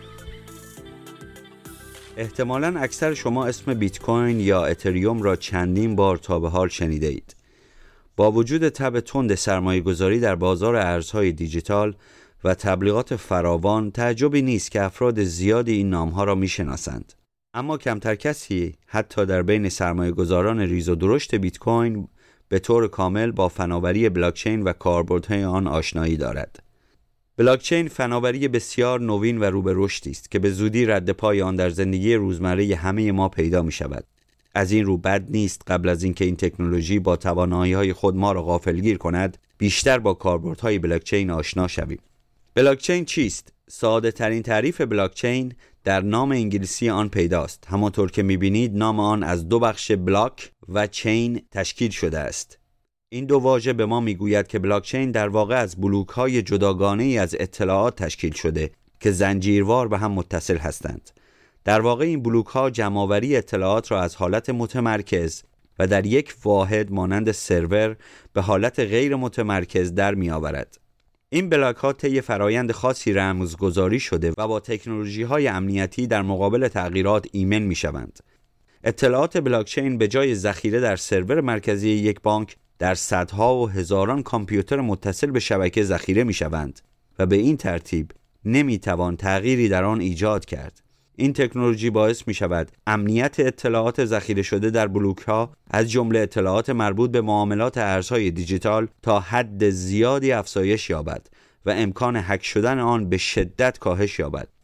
احتمالاً اکثر شما اسم بیت کوین یا اتریوم را چندین بار تا به حال شنیده اید. با وجود تب تند سرمایه‌گذاری در بازار ارزهای دیجیتال و تبلیغات فراوان، تعجبی نیست که افراد زیادی این نام‌ها را می‌شناسند. اما کمتر کسی حتی در بین سرمایه‌گذاران ریز و درشت بیت کوین به طور کامل با فناوری بلاکچین و کاربردهای آن آشنایی دارد. بلاکچین فناوری بسیار نوین و رو به رشدی است که به زودی رد پای آن در زندگی روزمره همه ما پیدا می‌شود. از این رو بد نیست قبل از اینکه این تکنولوژی با توانایی‌های خود ما را غافلگیر کند، بیشتر با کاربردهای بلاکچین آشنا شویم. بلاکچین چیست؟ ساده ترین تعریف بلاکچین در نام انگلیسی آن پیداست. همانطور که می‌بینید نام آن از دو بخش بلاک و چین تشکیل شده است. این دو واژه به ما میگوید که بلاکچین در واقع از بلوک‌های جداگانه‌ای از اطلاعات تشکیل شده که زنجیروار به هم متصل هستند. در واقع این بلوک‌ها جمع‌آوری اطلاعات را از حالت متمرکز و در یک واحد مانند سرور به حالت غیر متمرکز در می‌آورد. این بلاک‌ها طی فرایند خاصی رمزگذاری شده و با تکنولوژی‌های امنیتی در مقابل تغییرات ایمن می‌شوند. اطلاعات بلاکچین به جای ذخیره در سرور مرکزی یک بانک در صدها و هزاران کامپیوتر متصل به شبکه ذخیره می‌شوند و به این ترتیب نمی‌توان تغییری در آن ایجاد کرد. این تکنولوژی باعث می‌شود امنیت اطلاعات ذخیره شده در بلوک‌ها از جمله اطلاعات مربوط به معاملات ارزهای دیجیتال تا حد زیادی افزایش یابد و امکان هک شدن آن به شدت کاهش یابد.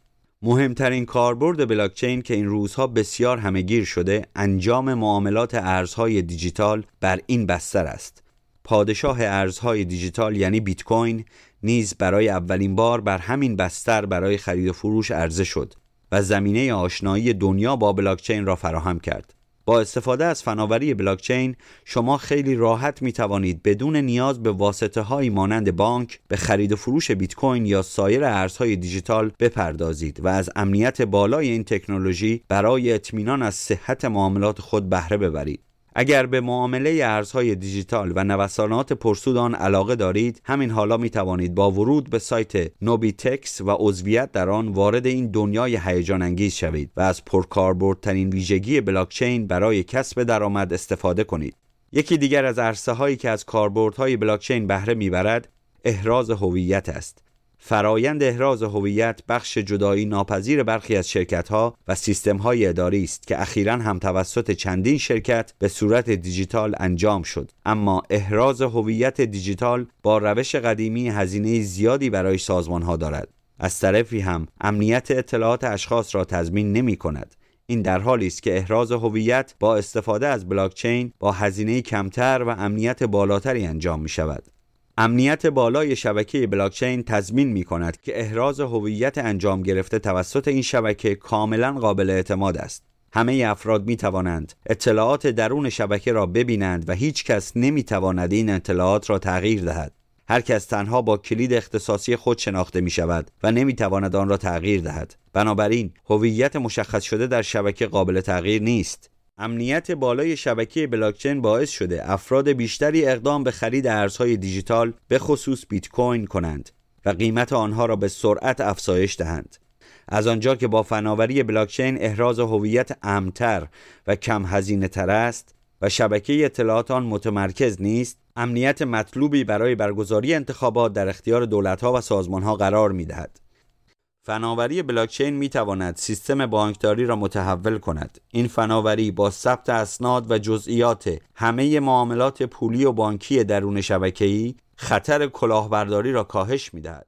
مهمترین کاربرد بلاکچین که این روزها بسیار همه‌گیر شده، انجام معاملات ارزهای دیجیتال بر این بستر است. پادشاه ارزهای دیجیتال یعنی بیت کوین نیز برای اولین بار بر همین بستر برای خرید و فروش عرضه شد و زمینه آشنایی دنیا با بلاکچین را فراهم کرد. با استفاده از فناوری بلاکچین شما خیلی راحت می توانید بدون نیاز به واسطه هایی مانند بانک به خرید و فروش بیت کوین یا سایر ارزهای دیجیتال بپردازید و از امنیت بالای این تکنولوژی برای اطمینان از صحت معاملات خود بهره ببرید. اگر به معامله ارزهای دیجیتال و نوسانات پرسود آن علاقه دارید، همین حالا می توانید با ورود به سایت نوبیتکس و عضویت در آن وارد این دنیای هیجان انگیز شوید و از پرکاربردترین ویژگی بلاکچین برای کسب درآمد استفاده کنید. یکی دیگر از عرصه هایی که از کاربردهای بلاکچین بهره میبرد، احراز هویت است. فرایند احراز هویت بخش جدایی ناپذیر برخی از شرکت‌ها و سیستم‌های اداری است که اخیراً هم توسط چندین شرکت به صورت دیجیتال انجام شد، اما احراز هویت دیجیتال با روش قدیمی هزینه زیادی برای سازمان‌ها دارد. از طرفی هم امنیت اطلاعات اشخاص را تضمین نمی‌کند. این در حالی است که احراز هویت با استفاده از بلاکچین با هزینه کمتر و امنیت بالاتری انجام می‌شود. امنیت بالای شبکه بلاکچین تضمین می‌کند که احراز هویت انجام گرفته توسط این شبکه کاملاً قابل اعتماد است. همه افراد می‌توانند اطلاعات درون شبکه را ببینند و هیچ کس نمی‌تواند این اطلاعات را تغییر دهد. هر کس تنها با کلید اختصاصی خود شناخته می‌شود و نمی‌تواند آن را تغییر دهد. بنابراین هویت مشخص شده در شبکه قابل تغییر نیست. امنیت بالای شبکه بلاکچین باعث شده افراد بیشتری اقدام به خرید ارزهای دیجیتال به خصوص بیت کوین کنند و قیمت آنها را به سرعت افزایش دهند. از آنجا که با فناوری بلاکچین احراز هویت امن‌تر و کم هزینه تر است و شبکه اطلاعات آن متمرکز نیست، امنیت مطلوبی برای برگزاری انتخابات در اختیار دولت‌ها و سازمان‌ها قرار می‌دهد. فناوری بلاکچین می تواند سیستم بانکداری را متحول کند. این فناوری با ثبت اسناد و جزئیات همه معاملات پولی و بانکی درون شبکه‌ای خطر کلاهبرداری را کاهش می دهد.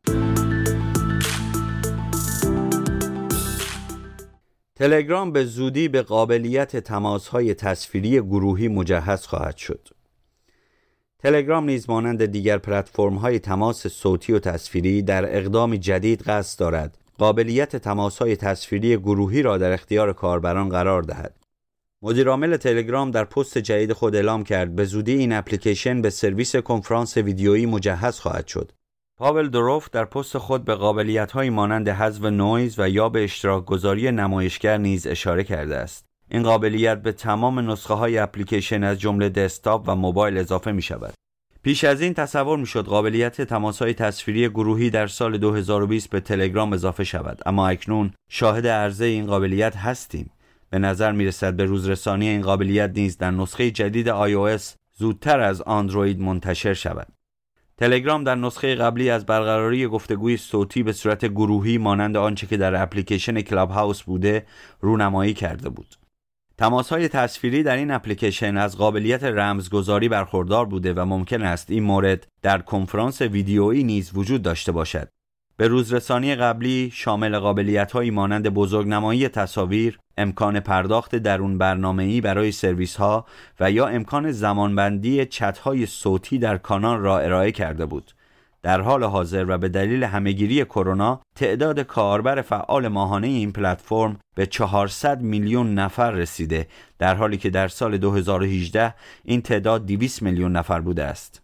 تلگرام به زودی به قابلیت تماس‌های تصویری گروهی مجهز خواهد شد. تلگرام نیز مانند دیگر پلتفرم‌های تماس صوتی و تصویری در اقدام جدید قصد دارد قابلیت تماس‌های تصویری گروهی را در اختیار کاربران قرار دهد. مدیرعامل تلگرام در پست جدید خود اعلام کرد به زودی این اپلیکیشن به سرویس کنفرانس ویدیویی مجهز خواهد شد. پاول دوروف در پست خود به قابلیت‌های مانند حذف نویز و یا به اشتراک گذاری نمایشگر نیز اشاره کرده است. این قابلیت به تمام نسخه‌های اپلیکیشن از جمله دسکتاپ و موبایل اضافه می‌شود. پیش از این تصور می‌شد قابلیت تماس‌های تصویری گروهی در سال دو هزار و بیست به تلگرام اضافه شود، اما اکنون شاهد عرضه این قابلیت هستیم. به نظر می‌رسد به روزرسانی این قابلیت نیز در نسخه جدید آی او اس زودتر از اندروید منتشر شود. تلگرام در نسخه قبلی از برقراری گفتگوی صوتی به صورت گروهی مانند آنچه که در اپلیکیشن کلاب هاوس بوده رونمایی کرده بود. تماس‌های تصویری در این اپلیکیشن از قابلیت رمزگذاری برخوردار بوده و ممکن است این مورد در کنفرانس ویدیویی نیز وجود داشته باشد. به روزرسانی قبلی شامل قابلیت‌هایی مانند بزرگنمایی تصاویر، امکان پرداخت درون برنامه‌ای برای سرویس‌ها و یا امکان زمانبندی چت‌های صوتی در کانال را ارائه کرده بود. در حال حاضر و به دلیل همه‌گیری کرونا، تعداد کاربر فعال ماهانه این پلتفرم به چهارصد میلیون نفر رسیده، در حالی که در سال دو هزار و هجده این تعداد دویست میلیون نفر بوده است.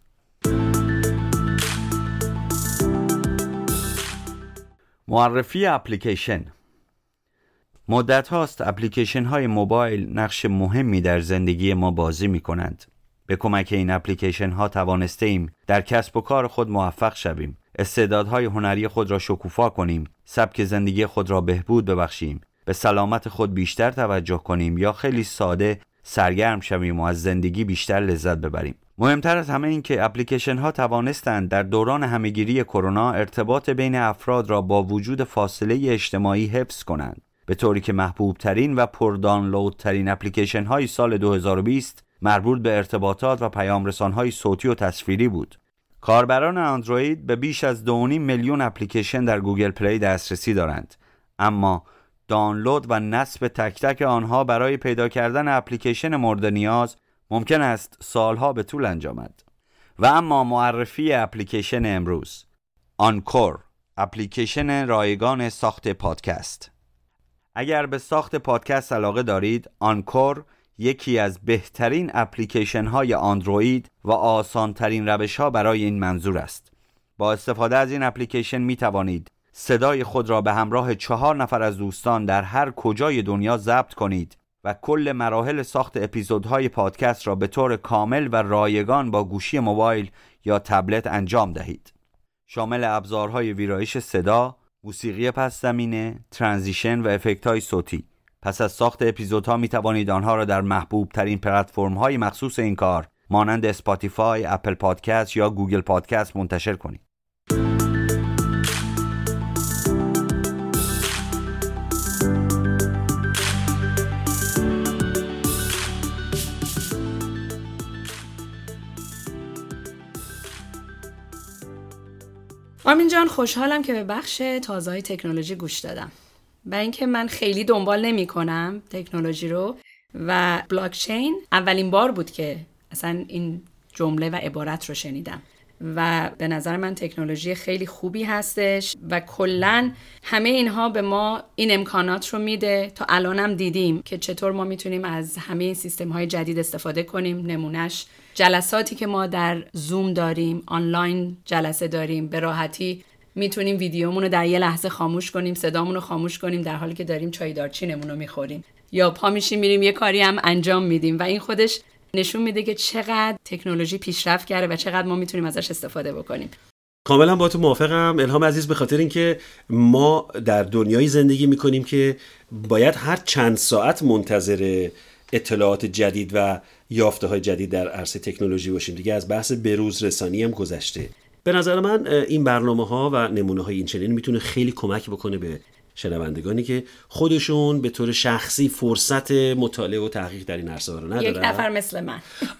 معرفی اپلیکیشن. مدت هاست اپلیکیشن های موبایل نقش مهمی در زندگی ما بازی می کنند. به کمک این اپلیکیشن ها توانسته ایم در کسب و کار خود موفق شویم، استعدادهای هنری خود را شکوفا کنیم، سبک زندگی خود را بهبود ببخشیم، به سلامت خود بیشتر توجه کنیم یا خیلی ساده سرگرم شویم و از زندگی بیشتر لذت ببریم. مهمتر از همه این که اپلیکیشن ها توانستند در دوران همه‌گیری کرونا ارتباط بین افراد را با وجود فاصله اجتماعی حفظ کنند، به طوری که محبوب ترین و پر دانلود ترین اپلیکیشن های سال دو هزار و بیست مربوط به ارتباطات و پیام رسان های صوتی و تصویری بود. کاربران اندروید به بیش از دو و نیم میلیون اپلیکیشن در گوگل پلی دسترسی دارند، اما دانلود و نصب تک تک آنها برای پیدا کردن اپلیکیشن مورد نیاز ممکن است سالها به طول انجامد. و اما معرفی اپلیکیشن امروز، آنکور، اپلیکیشن رایگان ساخت پادکست. اگر به ساخت پادکست علاقه دارید، آنکور یکی از بهترین اپلیکیشن های اندروید و آسان ترین روش ها برای این منظور است. با استفاده از این اپلیکیشن می توانید صدای خود را به همراه چهار نفر از دوستان در هر کجای دنیا ضبط کنید و کل مراحل ساخت اپیزودهای پادکست را به طور کامل و رایگان با گوشی موبایل یا تبلت انجام دهید. شامل ابزارهای ویرایش صدا، موسیقی پس زمینه، ترانزیشن و افکت‌های صوتی. پس از ساخت اپیزودها می توانید آنها را در محبوب ترین پلتفرم‌های مخصوص این کار مانند اسپاتیفای، اپل پادکست یا گوگل پادکست منتشر کنید. آرمین جان، خوشحالم که به بخش تازه‌های تکنولوژی گوش دادم. و اینکه من خیلی دنبال نمی کنم تکنولوژی رو و بلاکچین اولین بار بود که اصلا این جمله و عبارت رو شنیدم و به نظر من تکنولوژی خیلی خوبی هستش و کلن همه اینها به ما این امکانات رو میده. تا الانم دیدیم که چطور ما میتونیم از همه این سیستم های جدید استفاده کنیم. نمونهش جلساتی که ما در زوم داریم، آنلاین جلسه داریم، به راحتی میتونیم ویدیومون رو در یه لحظه خاموش کنیم، صدامون رو خاموش کنیم در حالی که داریم چای دارچینمون رو میخوریم یا پا میشیم میریم یه کاری هم انجام میدیم و این خودش نشون میده که چقدر تکنولوژی پیشرفت کرده و چقدر ما میتونیم ازش استفاده بکنیم. کاملا با تو موافقم الهام عزیز، به خاطر اینکه ما در دنیایی زندگی میکنیم که باید هر چند ساعت منتظر اطلاعات جدید و یافته‌های جدید در عرصه تکنولوژی باشیم. دیگه از بحث بروز رسانی هم گذشته. به نظر من این برنامه‌ها و نمونه‌های این چنین میتونه خیلی کمک بکنه به شنوندگانی که خودشون به طور شخصی فرصت مطالعه و تحقیق در این عرصه رو ندارن. یک نفر مثل من.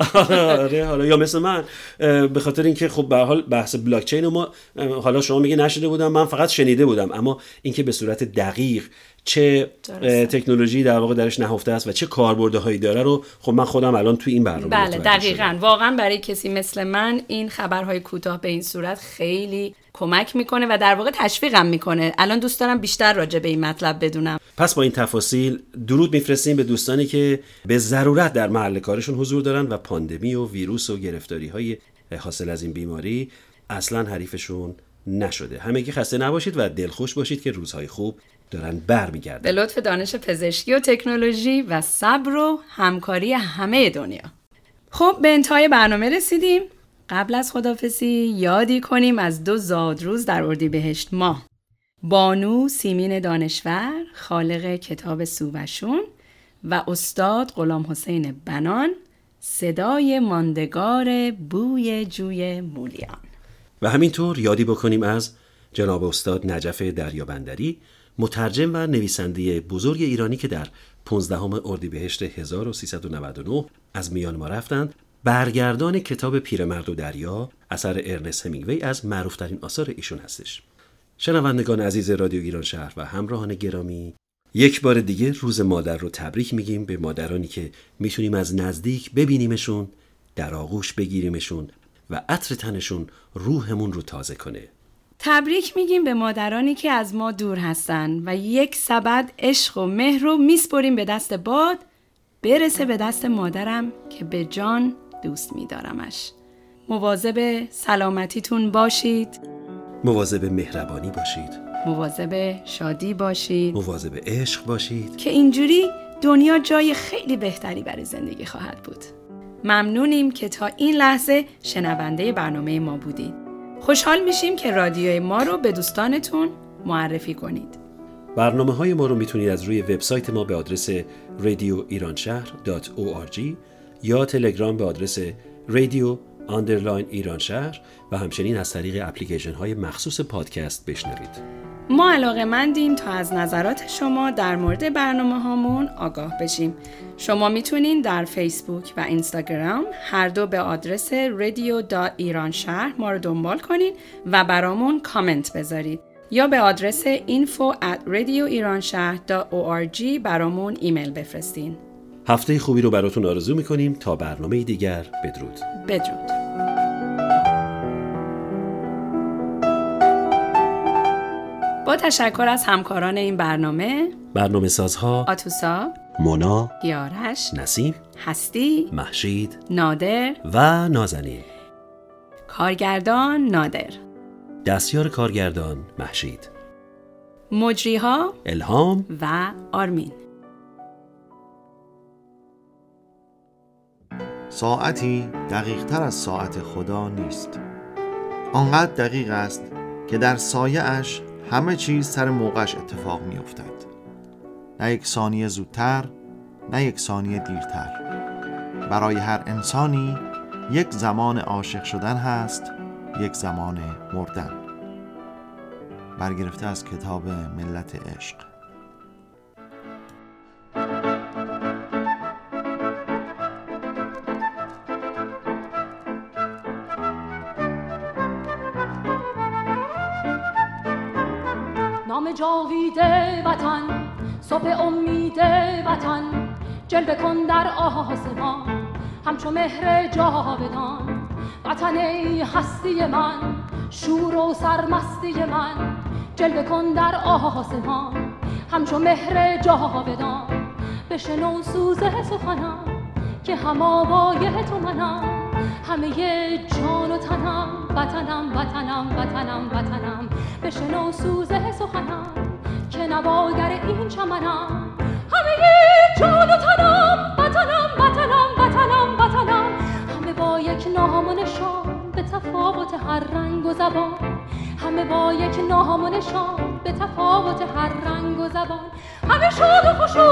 آره حالا یا مثل من، به خاطر اینکه خب به هر حال بحث بلاک چین رو ما حالا شما میگه نشده بودم، من فقط شنیده بودم، اما اینکه به صورت دقیق چه تکنولوژی در واقع درش نهفته است و چه کاربردهایی داره رو خب من خودم الان تو این برنامه بله دقیقاً واقعا برای کسی مثل من این خبرهای کوتاه به این صورت خیلی کمک میکنه و در واقع تشویقم میکنه. الان دوست دارم بیشتر راجع به این مطلب بدونم. پس با این تفاصیل درود میفرستیم به دوستانی که به ضرورت در محل کارشون حضور دارن و پاندمی و ویروس و گرفتاری‌های حاصل از این بیماری اصلاً حریفشون نشده. همگی خسته نباشید و دلخوش باشید که روزهای خوب دارن برمیگردن. به لطف دانش پزشکی و تکنولوژی و صبر و همکاری همه دنیا. خب به انتهای برنامه رسیدیم. قبل از خداحافظی یادی کنیم از دو زادروز در اردیبهشت ماه. بانو سیمین دانشور، خالق کتاب سووشون و استاد غلام حسین بنان، صدای ماندگار بوی جوی مولیان. و همینطور یادی بکنیم از جناب استاد نجف دریابندری، مترجم و نویسنده بزرگ ایرانی که در پانزدهم اردیبهشت هزار و سیصد و نود و نه از میان ما رفتند، برگردان کتاب پیرمرد و دریا اثر ارنست همینگوی از معروفترین آثار ایشون هستش. شنوندگان عزیز رادیو ایران شهر و همراهان گرامی، یک بار دیگه روز مادر رو تبریک میگیم به مادرانی که میتونیم از نزدیک ببینیمشون، در آغوش بگیریمشون و عطر تنشون روحمون رو تازه کنه. تبریک میگیم به مادرانی که از ما دور هستن و یک سبد عشق و مهر رو میسپریم به دست باد برسه به دست مادرم که به جان دوست میدارمش. مواظب سلامتیتون باشید، مواظب مهربانی باشید، مواظب شادی باشید، مواظب عشق باشید که اینجوری دنیا جای خیلی بهتری برای زندگی خواهد بود. ممنونیم که تا این لحظه شنونده برنامه ما بودید. خوشحال میشیم که رادیوی ما رو به دوستانتون معرفی کنید. برنامه های ما رو میتونید از روی وبسایت ما به آدرس رادیو ایران شهر دات او آر جی یا تلگرام به آدرس رادیو آندرلاین ایران شهر و همچنین از طریق اپلیکیشن های مخصوص پادکست بشنوید. ما علاقه‌مندیم تا از نظرات شما در مورد برنامه هامون آگاه بشیم. شما میتونین در فیسبوک و اینستاگرام هر دو به آدرس رادیو دات ایران شهر ما رو دنبال کنین و برامون کامنت بذارید. یا به آدرس info at radio iranshahr dot org برامون ایمیل بفرستین. هفته خوبی رو براتون آرزو میکنیم تا برنامه دیگر. بدرود. بدرود. با تشکر از همکاران این برنامه، برنامه سازها آتوسا، مونا، یارش، نسیم، هستی، محشید، نادر و نازنین. کارگردان نادر، دستیار کارگردان محشید، مجریها الهام و آرمین. ساعتی دقیق تر از ساعت خدا نیست. آنقدر دقیق است که در سایه اش همه چیز سر موقعش اتفاق می افتد. نه یک ثانیه زودتر، نه یک ثانیه دیرتر. برای هر انسانی یک زمان عاشق شدن هست، یک زمان مردن. برگرفته از کتاب ملت عشق. نام جاویده وطن، صبح امید وطن، جلوه کن در آسمان همچو مهر جاودان. وطن ای هستی من، شور و سرمستی من، جلوه کن در آسمان همچو مهر جاودان. بشنو سوز سخنم که هم آوای تو منم، همه جان و تنم وطنم وطنم وطنم وطنم. بشنو سوز سخنم که نواگر این چمنم، همه جان و تنم وطنم وطنم وطنم وطنم. همه با یک نام و نشان به تفاوت هر رنگ و زبان، همه با یک نام و نشان به تفاوت هر رنگ و زبان. همه شاد و خوشو